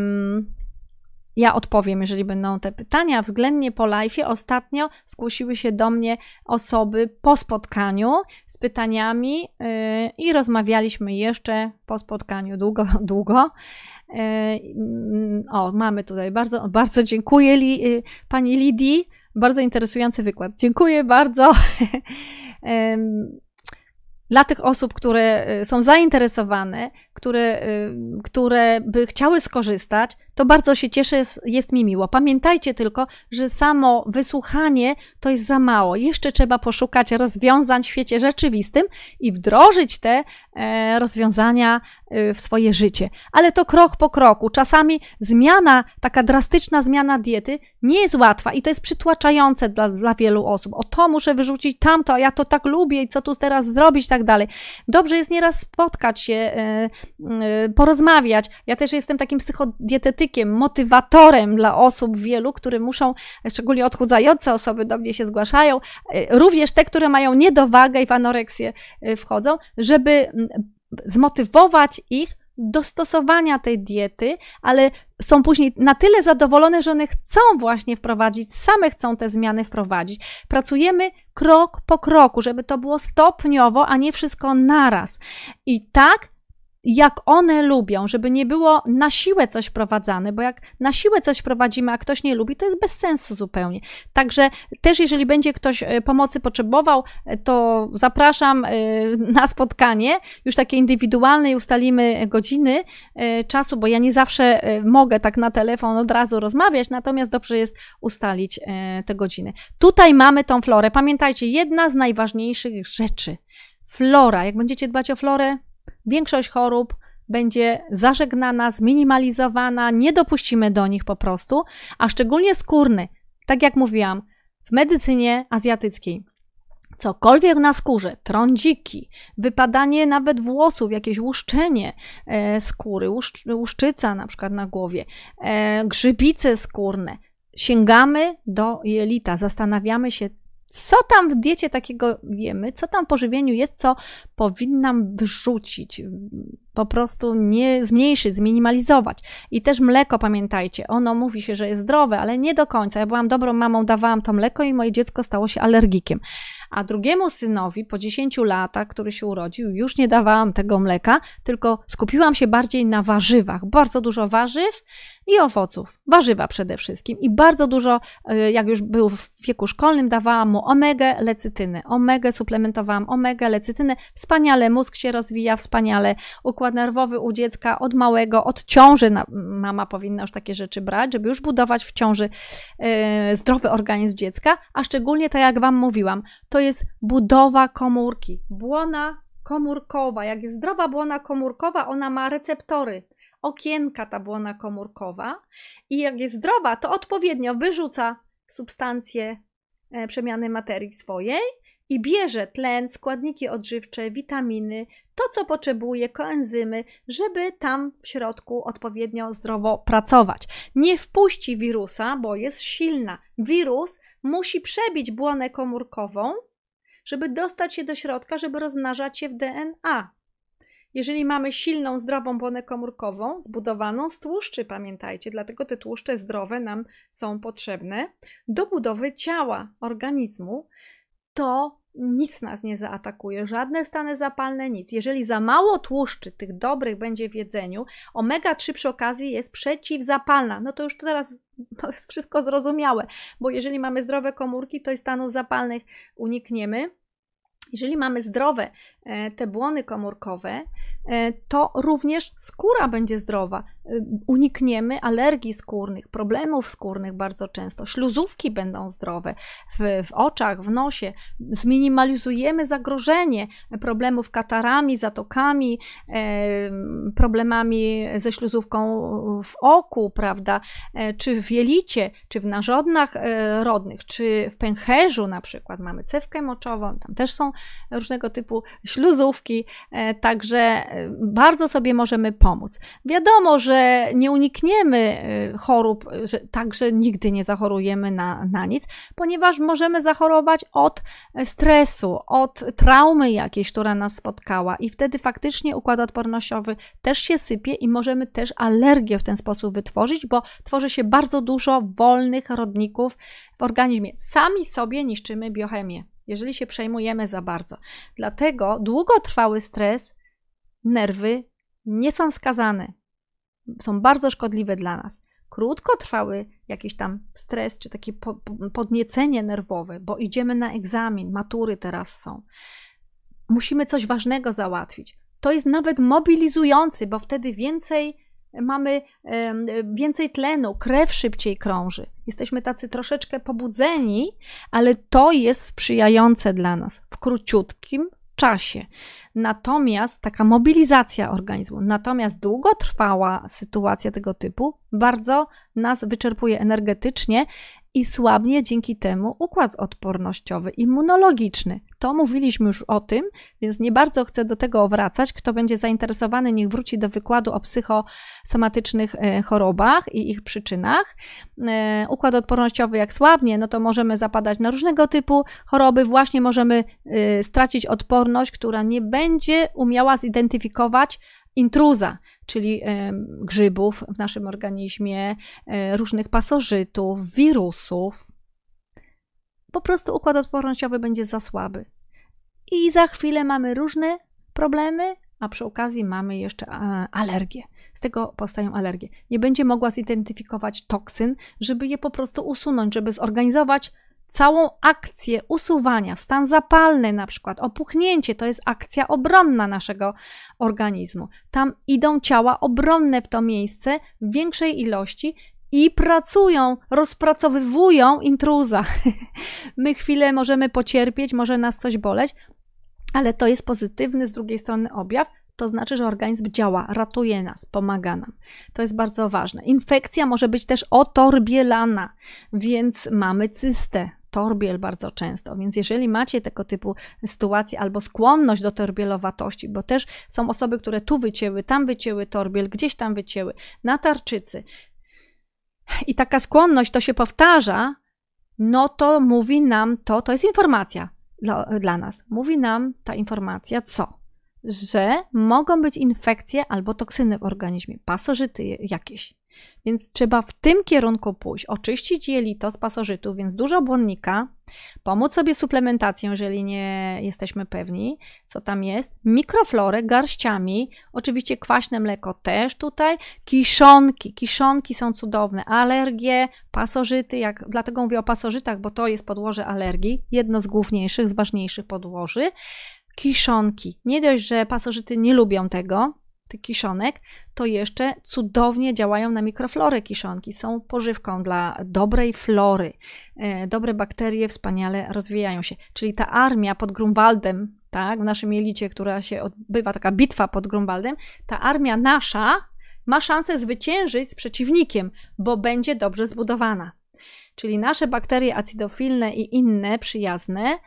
S1: ja odpowiem, jeżeli będą te pytania. Względnie po live'ie ostatnio zgłosiły się do mnie osoby po spotkaniu z pytaniami i rozmawialiśmy jeszcze po spotkaniu długo. O, mamy tutaj bardzo dziękuję pani Lidii. Bardzo interesujący wykład. Dziękuję bardzo. Dla tych osób, które są zainteresowane, które by chciały skorzystać, to bardzo się cieszę, jest mi miło. Pamiętajcie tylko, że samo wysłuchanie to jest za mało. Jeszcze trzeba poszukać rozwiązań w świecie rzeczywistym i wdrożyć te rozwiązania w swoje życie. Ale to krok po kroku. Czasami taka drastyczna zmiana diety nie jest łatwa i to jest przytłaczające dla wielu osób. O, to muszę wyrzucić, tamto, a ja to tak lubię i co tu teraz zrobić, i tak dalej. Dobrze jest nieraz spotkać się, porozmawiać. Ja też jestem takim psychodietetykiem, motywatorem dla osób wielu, które muszą, szczególnie odchudzające osoby do mnie się zgłaszają, również te, które mają niedowagę i w anoreksję wchodzą, żeby zmotywować ich do stosowania tej diety, ale są później na tyle zadowolone, że one chcą właśnie same chcą te zmiany wprowadzić. Pracujemy krok po kroku, żeby to było stopniowo, a nie wszystko naraz. I tak, jak one lubią, żeby nie było na siłę coś wprowadzane, bo jak na siłę coś prowadzimy, a ktoś nie lubi, to jest bez sensu zupełnie. Także też jeżeli będzie ktoś pomocy potrzebował, to zapraszam na spotkanie, już takie indywidualne i ustalimy godziny czasu, bo ja nie zawsze mogę tak na telefon od razu rozmawiać, natomiast dobrze jest ustalić te godziny. Tutaj mamy tą florę. Pamiętajcie, jedna z najważniejszych rzeczy. Flora. Jak będziecie dbać o florę, większość chorób będzie zażegnana, zminimalizowana, nie dopuścimy do nich po prostu, a szczególnie skórny. Tak jak mówiłam, w medycynie azjatyckiej cokolwiek na skórze, trądziki, wypadanie nawet włosów, jakieś łuszczenie skóry, łuszczyca na przykład na głowie, grzybice skórne, sięgamy do jelita, zastanawiamy się, co tam w diecie takiego jemy, co tam w pożywieniu jest, co powinnam wyrzucić, po prostu nie zmniejszyć, zminimalizować. I też mleko, pamiętajcie, ono mówi się, że jest zdrowe, ale nie do końca. Ja byłam dobrą mamą, dawałam to mleko i moje dziecko stało się alergikiem. A drugiemu synowi po 10 latach, który się urodził, już nie dawałam tego mleka, tylko skupiłam się bardziej na warzywach. Bardzo dużo warzyw i owoców. Warzywa przede wszystkim. I bardzo dużo, jak już był w wieku szkolnym, dawałam mu omegę, lecytynę. Omegę suplementowałam, omegę, lecytynę. Wspaniale mózg się rozwija, wspaniale układ nerwowy u dziecka od małego, od ciąży. Mama powinna już takie rzeczy brać, żeby już budować w ciąży zdrowy organizm dziecka, a szczególnie tak jak Wam mówiłam, to jest budowa komórki. Błona komórkowa. Jak jest zdrowa błona komórkowa, ona ma receptory, okienka ta błona komórkowa i jak jest zdrowa, to odpowiednio wyrzuca substancje przemiany materii swojej i bierze tlen, składniki odżywcze, witaminy, to co potrzebuje, koenzymy, żeby tam w środku odpowiednio zdrowo pracować. Nie wpuści wirusa, bo jest silna. Wirus musi przebić błonę komórkową, żeby dostać się do środka, żeby rozmnażać się w DNA. Jeżeli mamy silną, zdrową błonę komórkową, zbudowaną z tłuszczy, pamiętajcie, dlatego te tłuszcze zdrowe nam są potrzebne do budowy ciała, organizmu, to nic nas nie zaatakuje, żadne stany zapalne, nic. Jeżeli za mało tłuszczy, tych dobrych będzie w jedzeniu, omega-3 przy okazji jest przeciwzapalna. No to już teraz jest wszystko zrozumiałe, bo jeżeli mamy zdrowe komórki, to i stanów zapalnych unikniemy. Jeżeli mamy zdrowe te błony komórkowe, to również skóra będzie zdrowa. Unikniemy alergii skórnych, problemów skórnych bardzo często. Śluzówki będą zdrowe w oczach, w nosie. Zminimalizujemy zagrożenie problemów katarami, zatokami, problemami ze śluzówką w oku, prawda, czy w jelicie, czy w narządach rodnych, czy w pęcherzu na przykład. Mamy cewkę moczową, tam też są różnego typu śluzówki, także bardzo sobie możemy pomóc. Wiadomo, że nie unikniemy chorób, także nigdy nie zachorujemy na nic, ponieważ możemy zachorować od stresu, od traumy jakiejś, która nas spotkała i wtedy faktycznie układ odpornościowy też się sypie i możemy też alergię w ten sposób wytworzyć, bo tworzy się bardzo dużo wolnych rodników w organizmie. Sami sobie niszczymy biochemię, jeżeli się przejmujemy za bardzo. Dlatego długotrwały stres, nerwy nie są wskazane. Są bardzo szkodliwe dla nas. Krótkotrwały jakiś tam stres, czy takie podniecenie nerwowe, bo idziemy na egzamin, matury teraz są. Musimy coś ważnego załatwić. To jest nawet mobilizujący, bo wtedy mamy więcej tlenu, krew szybciej krąży. Jesteśmy tacy troszeczkę pobudzeni, ale to jest sprzyjające dla nas w króciutkim czasie. Natomiast taka mobilizacja organizmu, natomiast długotrwała sytuacja tego typu bardzo nas wyczerpuje energetycznie i słabnie dzięki temu układ odpornościowy, immunologiczny. To mówiliśmy już o tym, więc nie bardzo chcę do tego wracać. Kto będzie zainteresowany, niech wróci do wykładu o psychosomatycznych chorobach i ich przyczynach. Układ odpornościowy jak słabnie, no to możemy zapadać na różnego typu choroby. Właśnie możemy stracić odporność, która nie będzie umiała zidentyfikować intruza, czyli grzybów w naszym organizmie, różnych pasożytów, wirusów. Po prostu układ odpornościowy będzie za słaby. I za chwilę mamy różne problemy, a przy okazji mamy jeszcze alergie. Z tego powstają alergie. Nie będzie mogła zidentyfikować toksyn, żeby je po prostu usunąć, żeby zorganizować całą akcję usuwania, stan zapalny na przykład, opuchnięcie, to jest akcja obronna naszego organizmu. Tam idą ciała obronne w to miejsce w większej ilości i pracują, rozpracowywują intruza. My chwilę możemy pocierpieć, może nas coś boleć, ale to jest pozytywny z drugiej strony objaw. To znaczy, że organizm działa, ratuje nas, pomaga nam. To jest bardzo ważne. Infekcja może być też otorbielana, więc mamy cystę, torbiel bardzo często. Więc jeżeli macie tego typu sytuacje albo skłonność do torbielowatości, bo też są osoby, które tu wycięły, tam wycięły torbiel, gdzieś tam wycięły, na tarczycy i taka skłonność to się powtarza, no to mówi nam to jest informacja dla nas. Mówi nam ta informacja co? Że mogą być infekcje albo toksyny w organizmie, pasożyty jakieś. Więc trzeba w tym kierunku pójść, oczyścić jelito z pasożytów, więc dużo błonnika, pomóc sobie suplementacją, jeżeli nie jesteśmy pewni, co tam jest, mikroflorę garściami, oczywiście kwaśne mleko też tutaj, kiszonki są cudowne, alergie, pasożyty, dlatego mówię o pasożytach, bo to jest podłoże alergii, jedno z główniejszych, z ważniejszych podłoży. Kiszonki. Nie dość, że pasożyty nie lubią tych kiszonek, to jeszcze cudownie działają na mikroflorę kiszonki. Są pożywką dla dobrej flory. Dobre bakterie wspaniale rozwijają się. Czyli ta armia pod Grunwaldem, tak, w naszym jelicie, która się odbywa, taka bitwa pod Grunwaldem, ta armia nasza ma szansę zwyciężyć z przeciwnikiem, bo będzie dobrze zbudowana. czyli nasze bakterie acidofilne i inne przyjazne,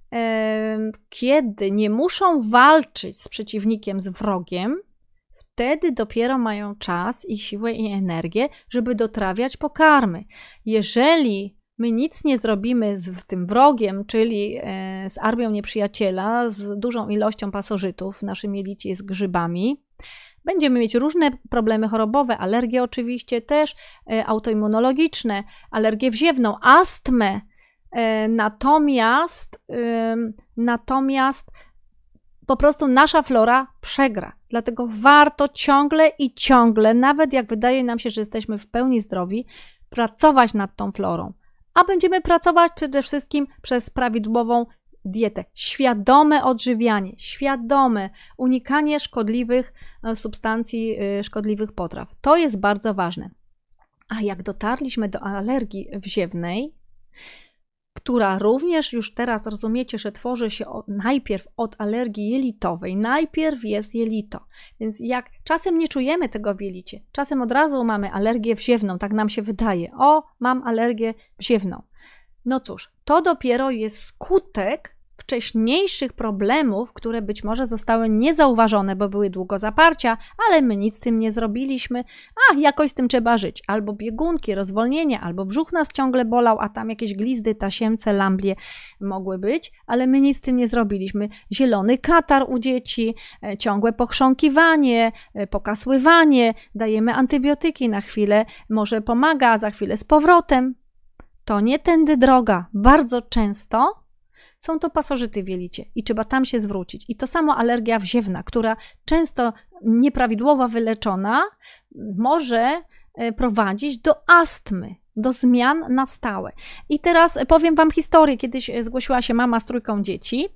S1: kiedy nie muszą walczyć z przeciwnikiem, z wrogiem, wtedy dopiero mają czas i siłę i energię, żeby dotrawiać pokarmy. Jeżeli my nic nie zrobimy z tym wrogiem, czyli z armią nieprzyjaciela, z dużą ilością pasożytów w naszym jelicie, z grzybami, będziemy mieć różne problemy chorobowe, alergie oczywiście też, autoimmunologiczne, alergię wziewną, astmę. Natomiast po prostu nasza flora przegra. Dlatego warto ciągle, nawet jak wydaje nam się, że jesteśmy w pełni zdrowi, pracować nad tą florą. A będziemy pracować przede wszystkim przez prawidłową dietę. Świadome odżywianie, świadome unikanie szkodliwych substancji, szkodliwych potraw. To jest bardzo ważne. A jak dotarliśmy do alergii wziewnej, która również już teraz rozumiecie, że tworzy się najpierw od alergii jelitowej. Najpierw jest jelito. Więc jak czasem nie czujemy tego w jelicie, czasem od razu mamy alergię wziewną, tak nam się wydaje. O, mam alergię wziewną. No cóż, to dopiero jest skutek wcześniejszych problemów, które być może zostały niezauważone, bo były długo zaparcia, ale my nic z tym nie zrobiliśmy, jakoś z tym trzeba żyć. Albo biegunki, rozwolnienie, albo brzuch nas ciągle bolał, a tam jakieś glizdy, tasiemce, lamblie mogły być, ale my nic z tym nie zrobiliśmy. Zielony katar u dzieci, ciągłe pochrząkiwanie, pokasływanie, dajemy antybiotyki na chwilę, może pomaga, a za chwilę z powrotem. To nie tędy droga. Bardzo często są to pasożyty w jelicie i trzeba tam się zwrócić. I to samo alergia wziewna, która często nieprawidłowo wyleczona może prowadzić do astmy, do zmian na stałe. I teraz powiem Wam historię. Kiedyś zgłosiła się mama z 3 dzieci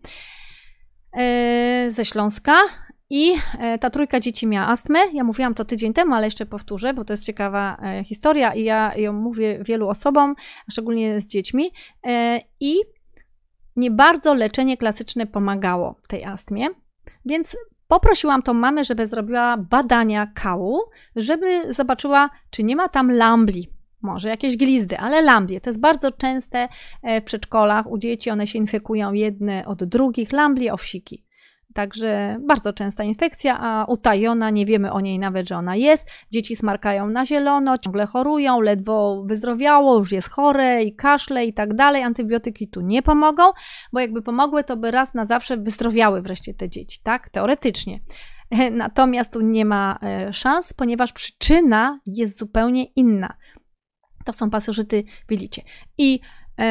S1: ze Śląska i ta 3 dzieci miała astmę. Ja mówiłam to tydzień temu, ale jeszcze powtórzę, bo to jest ciekawa historia i ja ją mówię wielu osobom, szczególnie z dziećmi. I nie bardzo leczenie klasyczne pomagało tej astmie, więc poprosiłam tą mamę, żeby zrobiła badania kału, żeby zobaczyła, czy nie ma tam lambli, może jakieś glizdy, ale lamblie. To jest bardzo częste w przedszkolach u dzieci, one się infekują jedne od drugich, lamblie, owsiki. Także bardzo częsta infekcja, a utajona, nie wiemy o niej nawet, że ona jest. Dzieci smarkają na zielono, ciągle chorują, ledwo wyzdrowiało, już jest chore i kaszle i tak dalej. Antybiotyki tu nie pomogą, bo jakby pomogły, to by raz na zawsze wyzdrowiały wreszcie te dzieci, tak? Teoretycznie. Natomiast tu nie ma szans, ponieważ przyczyna jest zupełnie inna. To są pasożyty w jelicie. I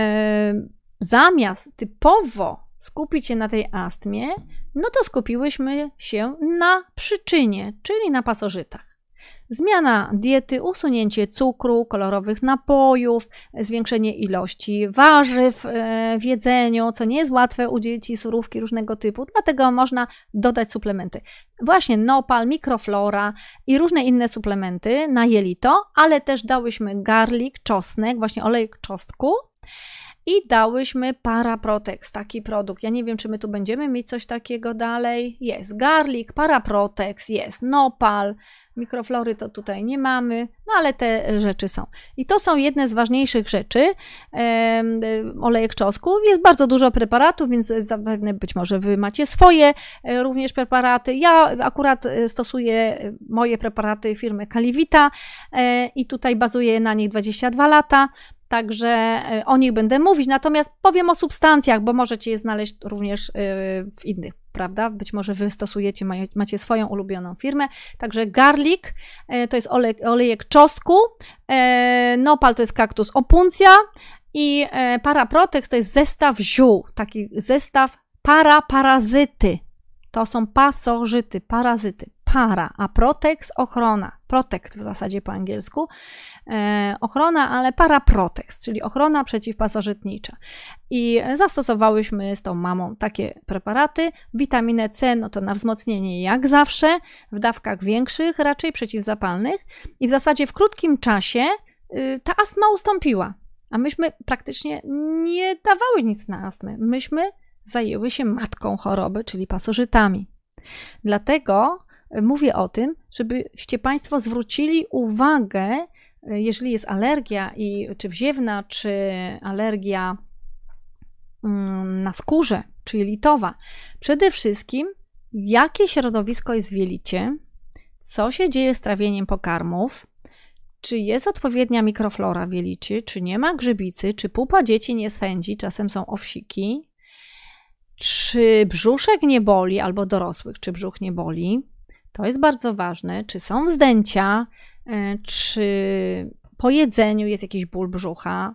S1: zamiast typowo skupić się na tej astmie, no to skupiłyśmy się na przyczynie, czyli na pasożytach. Zmiana diety, usunięcie cukru, kolorowych napojów, zwiększenie ilości warzyw w jedzeniu, co nie jest łatwe u dzieci, surówki różnego typu, dlatego można dodać suplementy. Właśnie Nopal, Mikroflora i różne inne suplementy na jelito, ale też dałyśmy garlic, czosnek, właśnie olejek czosnku. I dałyśmy Paraprotex, taki produkt. Ja nie wiem, czy my tu będziemy mieć coś takiego dalej. Jest garlic, Paraprotex, jest Nopal, Mikroflory to tutaj nie mamy, no ale te rzeczy są. I to są jedne z ważniejszych rzeczy. Olejek czosnku. Jest bardzo dużo preparatów, więc zapewne być może Wy macie swoje również preparaty. Ja akurat stosuję moje preparaty firmy Calivita i tutaj bazuję na nich 22 lata. Także o nich będę mówić, natomiast powiem o substancjach, bo możecie je znaleźć również w innych, prawda? Być może Wy stosujecie, macie swoją ulubioną firmę. Także garlic to jest olejek czosnku, Nopal to jest kaktus opuncja i Paraprotex to jest zestaw ziół, taki zestaw parazyty. To są pasożyty, parazyty. A Protex ochrona. Protect w zasadzie po angielsku. Ochrona, ale Paraprotex, czyli ochrona przeciwpasożytnicza. I zastosowałyśmy z tą mamą takie preparaty. Witaminę C, no to na wzmocnienie jak zawsze, w dawkach większych, raczej przeciwzapalnych. I w zasadzie w krótkim czasie ta astma ustąpiła. A myśmy praktycznie nie dawały nic na astmę. Myśmy zajęły się matką choroby, czyli pasożytami. Dlatego mówię o tym, żebyście Państwo zwrócili uwagę jeżeli jest alergia, czy wziewna, czy alergia na skórze, czy jelitowa, przede wszystkim jakie środowisko jest w jelicie, co się dzieje z trawieniem pokarmów, czy jest odpowiednia mikroflora w jelicie, czy nie ma grzybicy, czy pupa dzieci nie swędzi, czasem są owsiki, czy brzuszek nie boli, albo dorosłych, czy brzuch nie boli. To jest bardzo ważne, czy są wzdęcia, czy po jedzeniu jest jakiś ból brzucha.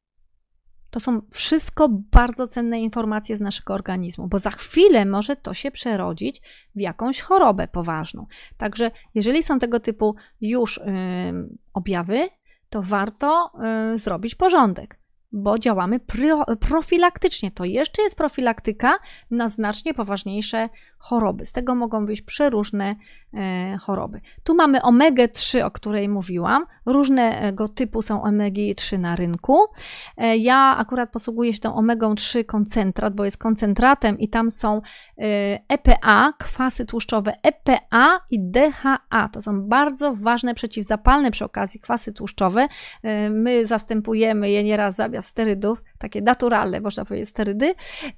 S1: To są wszystko bardzo cenne informacje z naszego organizmu, bo za chwilę może to się przerodzić w jakąś chorobę poważną. Także jeżeli są tego typu już objawy, to warto zrobić porządek, bo działamy profilaktycznie. To jeszcze jest profilaktyka na znacznie poważniejsze choroby. Z tego mogą wyjść przeróżne choroby. Tu mamy omegę-3, o której mówiłam. Różnego typu są omegi-3 na rynku. Ja akurat posługuję się tą omegą-3 koncentrat, bo jest koncentratem i tam są EPA, kwasy tłuszczowe EPA i DHA. To są bardzo ważne przeciwzapalne przy okazji kwasy tłuszczowe. My zastępujemy je nieraz zamiast sterydów, takie naturalne, można powiedzieć sterydy,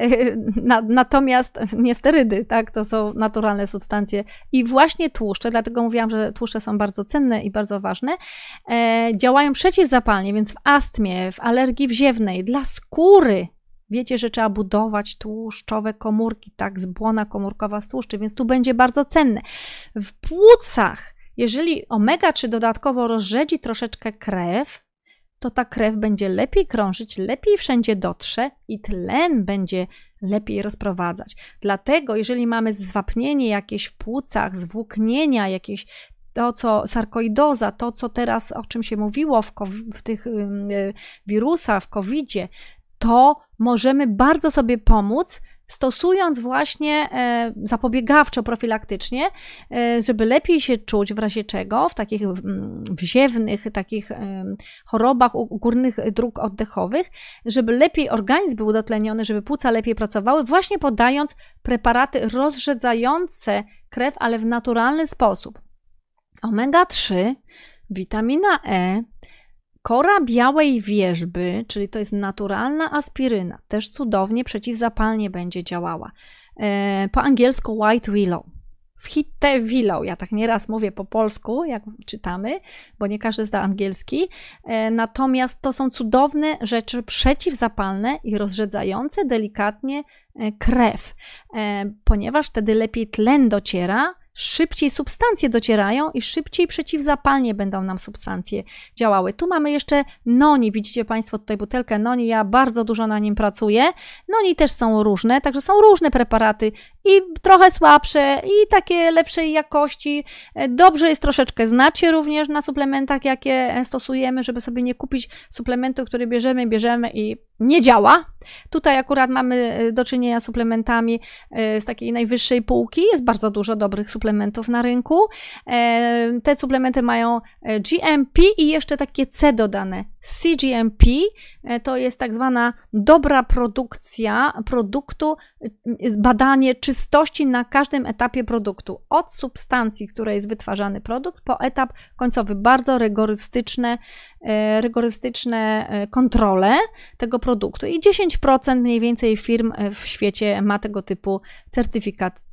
S1: natomiast nie sterydy, tak, to są naturalne substancje i właśnie tłuszcze, dlatego mówiłam, że tłuszcze są bardzo cenne i bardzo ważne, działają przeciwzapalnie, więc w astmie, w alergii wziewnej, dla skóry, wiecie, że trzeba budować tłuszczowe komórki, tak, błona komórkowa z tłuszczy, więc tu będzie bardzo cenne. W płucach, jeżeli omega-3 dodatkowo rozrzedzi troszeczkę krew, to ta krew będzie lepiej krążyć, lepiej wszędzie dotrze i tlen będzie lepiej rozprowadzać. Dlatego, jeżeli mamy zwapnienie jakieś w płucach, zwłóknienia, jakieś to, co sarkoidoza, to, co teraz, o czym się mówiło w tych wirusach, w COVID-zie, to możemy bardzo sobie pomóc, stosując właśnie zapobiegawczo, profilaktycznie, żeby lepiej się czuć w razie czego, w takich wziewnych, takich chorobach górnych dróg oddechowych, żeby lepiej organizm był dotleniony, żeby płuca lepiej pracowały, właśnie podając preparaty rozrzedzające krew, ale w naturalny sposób. Omega-3, witamina E, kora białej wierzby, czyli to jest naturalna aspiryna, też cudownie przeciwzapalnie będzie działała. Po angielsku white willow. Whitte willow, ja tak nieraz mówię po polsku, jak czytamy, bo nie każdy zna angielski. Natomiast to są cudowne rzeczy przeciwzapalne i rozrzedzające delikatnie krew, ponieważ wtedy lepiej tlen dociera, szybciej substancje docierają i szybciej przeciwzapalnie będą nam substancje działały. Tu mamy jeszcze noni, widzicie Państwo tutaj butelkę noni, ja bardzo dużo na nim pracuję. Noni też są różne, także są różne preparaty i trochę słabsze i takie lepszej jakości. Dobrze jest troszeczkę znać się również na suplementach, jakie stosujemy, żeby sobie nie kupić suplementu, który bierzemy i nie działa. Tutaj akurat mamy do czynienia z suplementami z takiej najwyższej półki. Jest bardzo dużo dobrych suplementów na rynku. Te suplementy mają GMP i jeszcze takie C dodane. CGMP to jest tak zwana dobra produkcja produktu, badanie czystości na każdym etapie produktu. Od substancji, z której jest wytwarzany produkt, po etap końcowy. Bardzo rygorystyczne kontrole tego produktu. I 10% mniej więcej firm w świecie ma tego typu certyfikat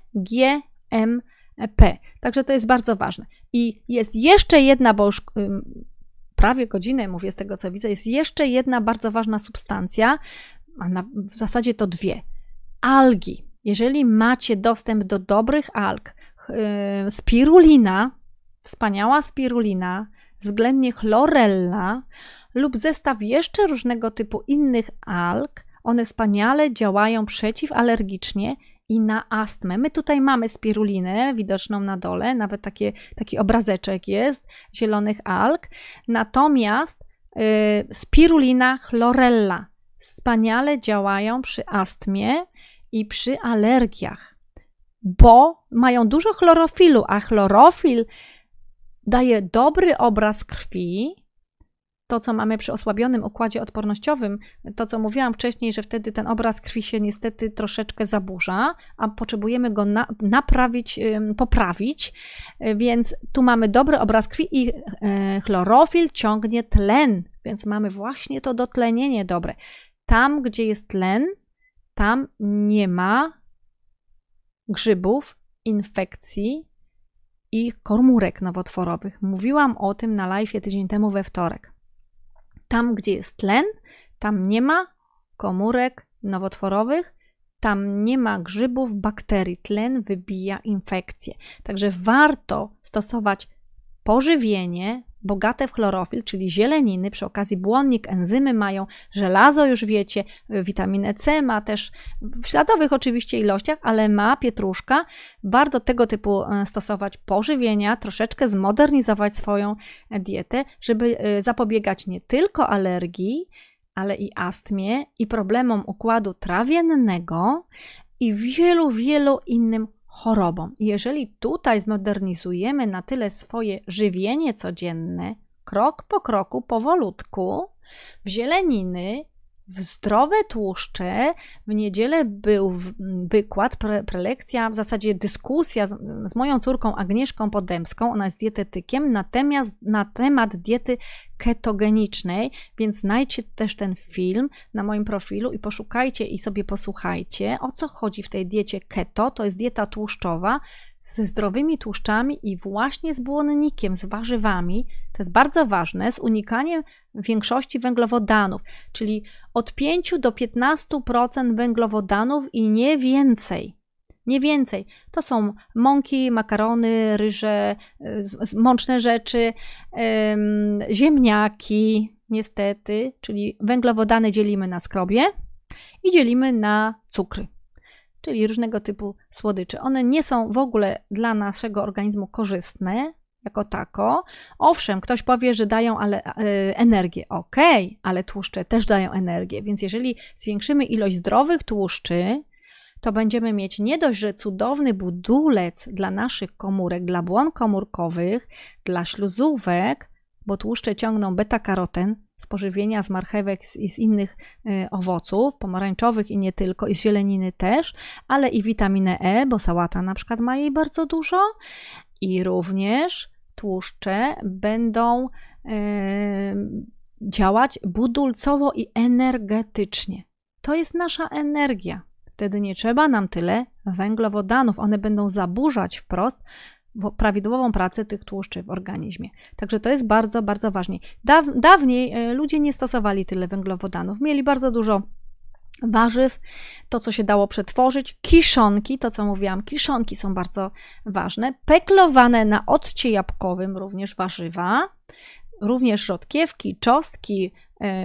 S1: CGMP. Także to jest bardzo ważne. I jest jeszcze jedna, bo już prawie godzinę mówię z tego, co widzę, jest jeszcze jedna bardzo ważna substancja, a w zasadzie to dwie. Algi. Jeżeli macie dostęp do dobrych alg, spirulina, wspaniała spirulina, względnie chlorella lub zestaw jeszcze różnego typu innych alg, one wspaniale działają przeciwalergicznie i na astmę. My tutaj mamy spirulinę widoczną na dole, nawet taki obrazeczek jest zielonych alg, natomiast spirulina, chlorella wspaniale działają przy astmie i przy alergiach, bo mają dużo chlorofilu, a chlorofil daje dobry obraz krwi, to, co mamy przy osłabionym układzie odpornościowym, to, co mówiłam wcześniej, że wtedy ten obraz krwi się niestety troszeczkę zaburza, a potrzebujemy go naprawić, poprawić, więc tu mamy dobry obraz krwi i chlorofil ciągnie tlen, więc mamy właśnie to dotlenienie dobre. Tam, gdzie jest tlen, tam nie ma grzybów, infekcji i komórek nowotworowych. Mówiłam o tym na live'ie tydzień temu we wtorek. Tam, gdzie jest tlen, tam nie ma komórek nowotworowych, tam nie ma grzybów, bakterii. Tlen wybija infekcje. Także warto stosować pożywienie bogate w chlorofil, czyli zieleniny, przy okazji błonnik, enzymy mają, żelazo już wiecie, witaminę C ma też w śladowych oczywiście ilościach, ale ma pietruszka. Warto tego typu stosować pożywienia, troszeczkę zmodernizować swoją dietę, żeby zapobiegać nie tylko alergii, ale i astmie, i problemom układu trawiennego i wielu innym chorobom. Jeżeli tutaj zmodernizujemy na tyle swoje żywienie codzienne, krok po kroku, powolutku, w zieleniny, w zdrowe tłuszcze, w niedzielę był wykład, prelekcja, w zasadzie dyskusja z moją córką Agnieszką Podemską, ona jest dietetykiem, na temat diety ketogenicznej, więc znajdźcie też ten film na moim profilu i poszukajcie i sobie posłuchajcie, o co chodzi w tej diecie keto. To jest dieta tłuszczowa ze zdrowymi tłuszczami i właśnie z błonnikiem, z warzywami. To jest bardzo ważne, z unikaniem większości węglowodanów, czyli od 5 do 15% węglowodanów i nie więcej. Nie więcej. To są mąki, makarony, ryże, mączne rzeczy, ziemniaki, niestety, czyli węglowodany dzielimy na skrobie i dzielimy na cukry, czyli różnego typu słodycze. One nie są w ogóle dla naszego organizmu korzystne jako tako. Owszem, ktoś powie, że dają energię. Okej, ale tłuszcze też dają energię, więc jeżeli zwiększymy ilość zdrowych tłuszczy, to będziemy mieć nie dość, że cudowny budulec dla naszych komórek, dla błon komórkowych, dla śluzówek, bo tłuszcze ciągną beta-karoten z pożywienia, z marchewek i z innych owoców, pomarańczowych i nie tylko, i z zieleniny też, ale i witaminę E, bo sałata na przykład ma jej bardzo dużo, i również tłuszcze będą działać budulcowo i energetycznie. To jest nasza energia. Wtedy nie trzeba nam tyle węglowodanów. One będą zaburzać wprost prawidłową pracę tych tłuszczy w organizmie. Także to jest bardzo ważne. Dawniej ludzie nie stosowali tyle węglowodanów. Mieli bardzo dużo warzyw, to co się dało przetworzyć, kiszonki, to co mówiłam, kiszonki są bardzo ważne, peklowane na occie jabłkowym również warzywa, również rzodkiewki, czosnki,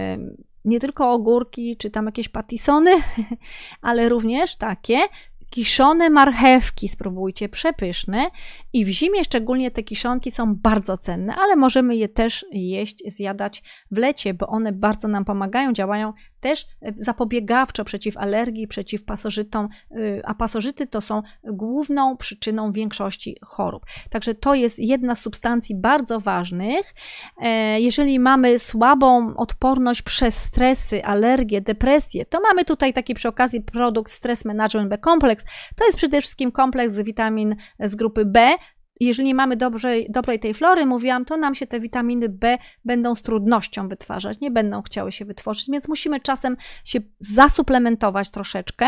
S1: nie tylko ogórki, czy tam jakieś patisony, ale również takie kiszone marchewki, spróbujcie, przepyszne, i w zimie szczególnie te kiszonki są bardzo cenne, ale możemy je też jeść, zjadać w lecie, bo one bardzo nam pomagają, działają też zapobiegawczo przeciw alergii, przeciw pasożytom, a pasożyty to są główną przyczyną większości chorób. Także to jest jedna z substancji bardzo ważnych. Jeżeli mamy słabą odporność przez stresy, alergie, depresję, to mamy tutaj taki przy okazji produkt Stress Management B Complex. To jest przede wszystkim kompleks z witamin z grupy B. Jeżeli nie mamy dobrej tej flory, mówiłam, to nam się te witaminy B będą z trudnością wytwarzać, nie będą chciały się wytworzyć, więc musimy czasem się zasuplementować troszeczkę.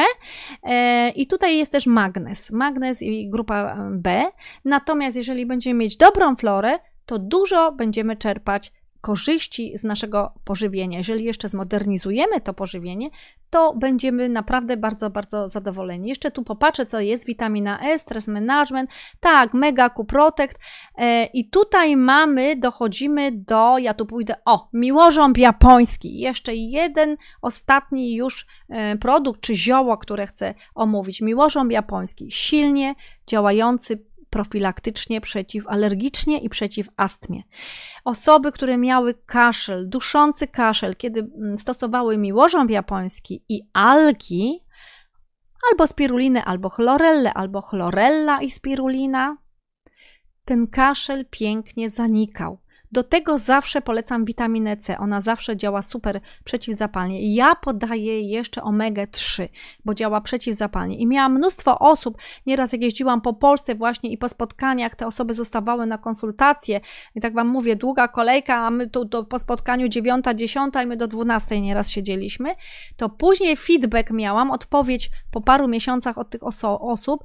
S1: I tutaj jest też magnez i grupa B. Natomiast jeżeli będziemy mieć dobrą florę, to dużo będziemy czerpać korzyści z naszego pożywienia. Jeżeli jeszcze zmodernizujemy to pożywienie, to będziemy naprawdę bardzo zadowoleni. Jeszcze tu popatrzę, co jest. Witamina E, Stress Management, tak, Mega Q Protect. I tutaj dochodzimy do, ja tu pójdę, miłożąb japoński. Jeszcze jeden ostatni już produkt, czy zioło, które chcę omówić. Miłożąb japoński, silnie działający profilaktycznie, przeciwalergicznie i przeciw astmie. Osoby, które miały kaszel, duszący kaszel, kiedy stosowały miłożąb japoński i algi, albo spirulinę, albo chlorellę, albo chlorella i spirulina, ten kaszel pięknie zanikał. Do tego zawsze polecam witaminę C. Ona zawsze działa super przeciwzapalnie. Ja podaję jeszcze omega-3, bo działa przeciwzapalnie. I miałam mnóstwo osób, nieraz jak jeździłam po Polsce właśnie i po spotkaniach, te osoby zostawały na konsultacje. I tak Wam mówię, długa kolejka, a my tu po spotkaniu 9, 10 i my do 12 nieraz siedzieliśmy. To później feedback miałam, odpowiedź po paru miesiącach od tych osób,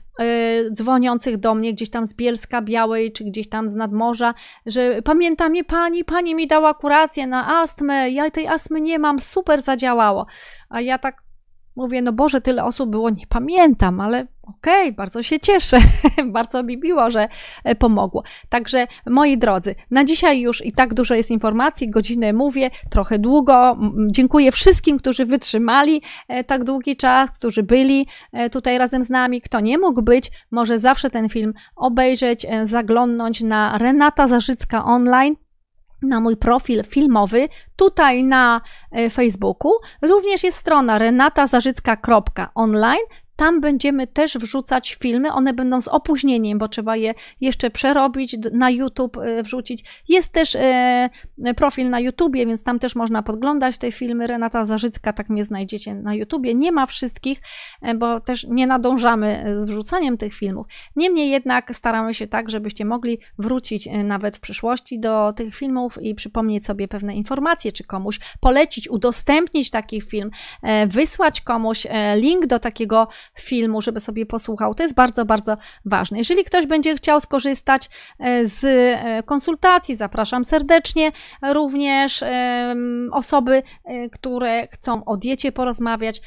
S1: dzwoniących do mnie gdzieś tam z Bielska Białej, czy gdzieś tam z nadmorza, że pamięta mnie pani mi dała kurację na astmę, ja tej astmy nie mam, super zadziałało. A ja tak mówię, no Boże, tyle osób było, nie pamiętam, ale okej, bardzo się cieszę, bardzo mi miło, że pomogło. Także moi drodzy, na dzisiaj już i tak dużo jest informacji, godzinę mówię, trochę długo. Dziękuję wszystkim, którzy wytrzymali tak długi czas, którzy byli tutaj razem z nami. Kto nie mógł być, może zawsze ten film obejrzeć, zaglądnąć na Renata Zarzycka Online, na mój profil filmowy, tutaj na Facebooku. Również jest strona renatazarzycka.online. Tam będziemy też wrzucać filmy, one będą z opóźnieniem, bo trzeba je jeszcze przerobić, na YouTube wrzucić. Jest też profil na YouTubie, więc tam też można podglądać te filmy. Renata Zarzycka, tak mnie znajdziecie na YouTubie. Nie ma wszystkich, bo też nie nadążamy z wrzucaniem tych filmów. Niemniej jednak staramy się tak, żebyście mogli wrócić nawet w przyszłości do tych filmów i przypomnieć sobie pewne informacje, czy komuś polecić, udostępnić taki film, wysłać komuś link do takiego filmu, żeby sobie posłuchał. To jest bardzo, bardzo ważne. Jeżeli ktoś będzie chciał skorzystać z konsultacji, zapraszam serdecznie. Również osoby, które chcą o diecie porozmawiać,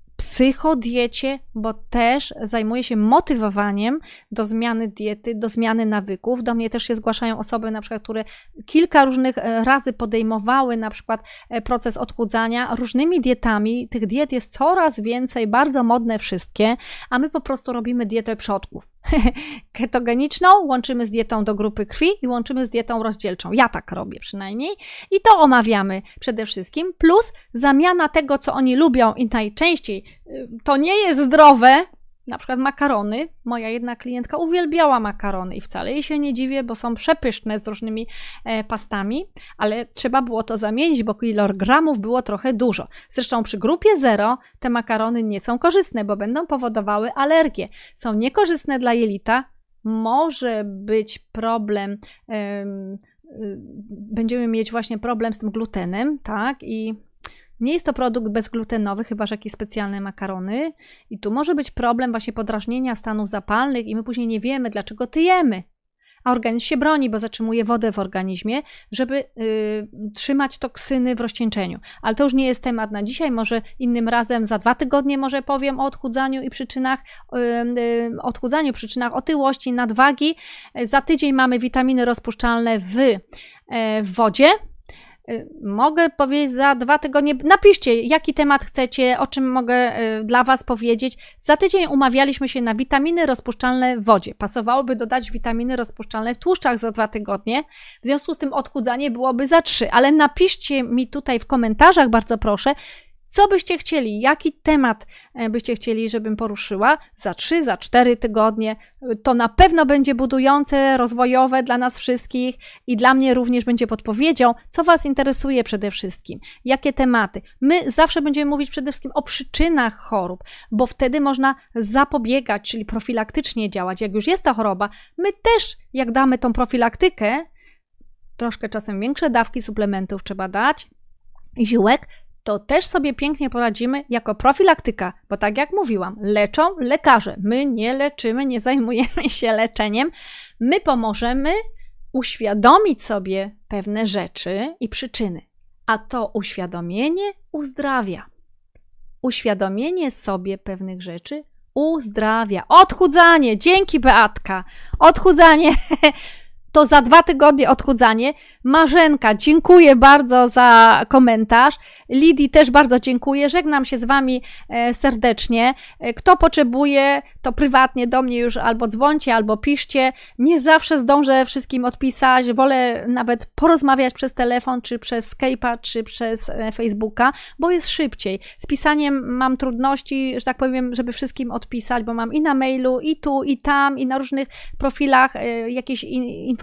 S1: psychodiecie, bo też zajmuję się motywowaniem do zmiany diety, do zmiany nawyków. Do mnie też się zgłaszają osoby, na przykład, które kilka różnych razy podejmowały na przykład proces odchudzania różnymi dietami. Tych diet jest coraz więcej, bardzo modne wszystkie, a my po prostu robimy dietę przodków. Ketogeniczną łączymy z dietą do grupy krwi i łączymy z dietą rozdzielczą. Ja tak robię przynajmniej. I to omawiamy przede wszystkim. Plus zamiana tego, co oni lubią i najczęściej to nie jest zdrowe, na przykład makarony. Moja jedna klientka uwielbiała makarony i wcale jej się nie dziwię, bo są przepyszne z różnymi pastami, ale trzeba było to zamienić, bo kilogramów było trochę dużo. Zresztą przy grupie 0 te makarony nie są korzystne, bo będą powodowały alergię. Są niekorzystne dla jelita, może być problem, będziemy mieć właśnie problem z tym glutenem, tak, i nie jest to produkt bezglutenowy, chyba że jakieś specjalne makarony. I tu może być problem właśnie podrażnienia stanów zapalnych i my później nie wiemy, dlaczego tyjemy. A organizm się broni, bo zatrzymuje wodę w organizmie, żeby trzymać toksyny w rozcieńczeniu. Ale to już nie jest temat na dzisiaj, może innym razem, za 2 tygodnie może powiem o odchudzaniu i przyczynach, przyczynach otyłości, nadwagi. Za tydzień mamy witaminy rozpuszczalne w wodzie. Mogę powiedzieć za 2 tygodnie, napiszcie jaki temat chcecie, o czym mogę dla Was powiedzieć. Za tydzień umawialiśmy się na witaminy rozpuszczalne w wodzie. Pasowałoby dodać witaminy rozpuszczalne w tłuszczach za 2 tygodnie. W związku z tym odchudzanie byłoby za 3, ale napiszcie mi tutaj w komentarzach, bardzo proszę, co byście chcieli, jaki temat byście chcieli, żebym poruszyła za 3, za 4 tygodnie. To na pewno będzie budujące, rozwojowe dla nas wszystkich i dla mnie również będzie podpowiedzią, co Was interesuje przede wszystkim, jakie tematy. My zawsze będziemy mówić przede wszystkim o przyczynach chorób, bo wtedy można zapobiegać, czyli profilaktycznie działać. Jak już jest ta choroba, my też, jak damy tą profilaktykę, troszkę czasem większe dawki suplementów trzeba dać, ziółek, to też sobie pięknie poradzimy jako profilaktyka, bo tak jak mówiłam, leczą lekarze. My nie leczymy, nie zajmujemy się leczeniem. My pomożemy uświadomić sobie pewne rzeczy i przyczyny, a to uświadomienie uzdrawia. Uświadomienie sobie pewnych rzeczy uzdrawia. Odchudzanie, dzięki Beatka, odchudzanie. To za 2 tygodnie odchudzanie. Marzenka, dziękuję bardzo za komentarz. Lidii też bardzo dziękuję. Żegnam się z Wami serdecznie. Kto potrzebuje, to prywatnie do mnie już albo dzwońcie, albo piszcie. Nie zawsze zdążę wszystkim odpisać. Wolę nawet porozmawiać przez telefon, czy przez Skype'a, czy przez Facebooka, bo jest szybciej. Z pisaniem mam trudności, że tak powiem, żeby wszystkim odpisać, bo mam i na mailu, i tu, i tam, i na różnych profilach jakieś informacje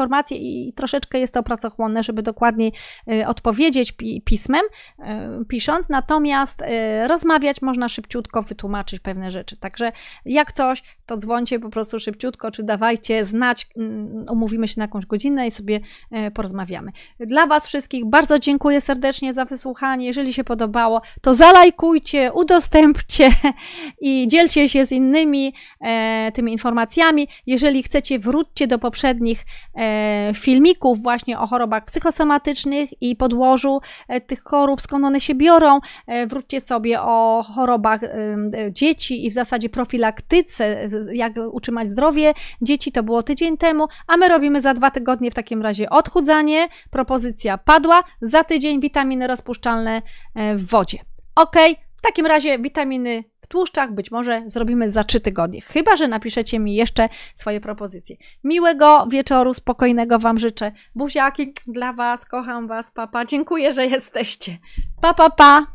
S1: informacje i troszeczkę jest to pracochłonne, żeby dokładniej odpowiedzieć pismem, pisząc, natomiast rozmawiać można szybciutko, wytłumaczyć pewne rzeczy. Także jak coś, to dzwońcie po prostu szybciutko, czy dawajcie znać, umówimy się na jakąś godzinę i sobie porozmawiamy. Dla Was wszystkich bardzo dziękuję serdecznie za wysłuchanie. Jeżeli się podobało, to zalajkujcie, udostępcie i dzielcie się z innymi tymi informacjami. Jeżeli chcecie, wróćcie do poprzednich filmików właśnie o chorobach psychosomatycznych i podłożu tych chorób, skąd one się biorą. Wróćcie sobie o chorobach dzieci i w zasadzie profilaktyce, jak utrzymać zdrowie dzieci, to było tydzień temu, a my robimy za 2 tygodnie w takim razie odchudzanie. Propozycja padła, za tydzień witaminy rozpuszczalne w wodzie. Ok, w takim razie witaminy w tłuszczach być może zrobimy za 3 tygodnie, chyba że napiszecie mi jeszcze swoje propozycje. Miłego wieczoru, spokojnego Wam życzę. Buziaki dla Was, kocham Was, papa. Dziękuję, że jesteście. Pa, pa, pa.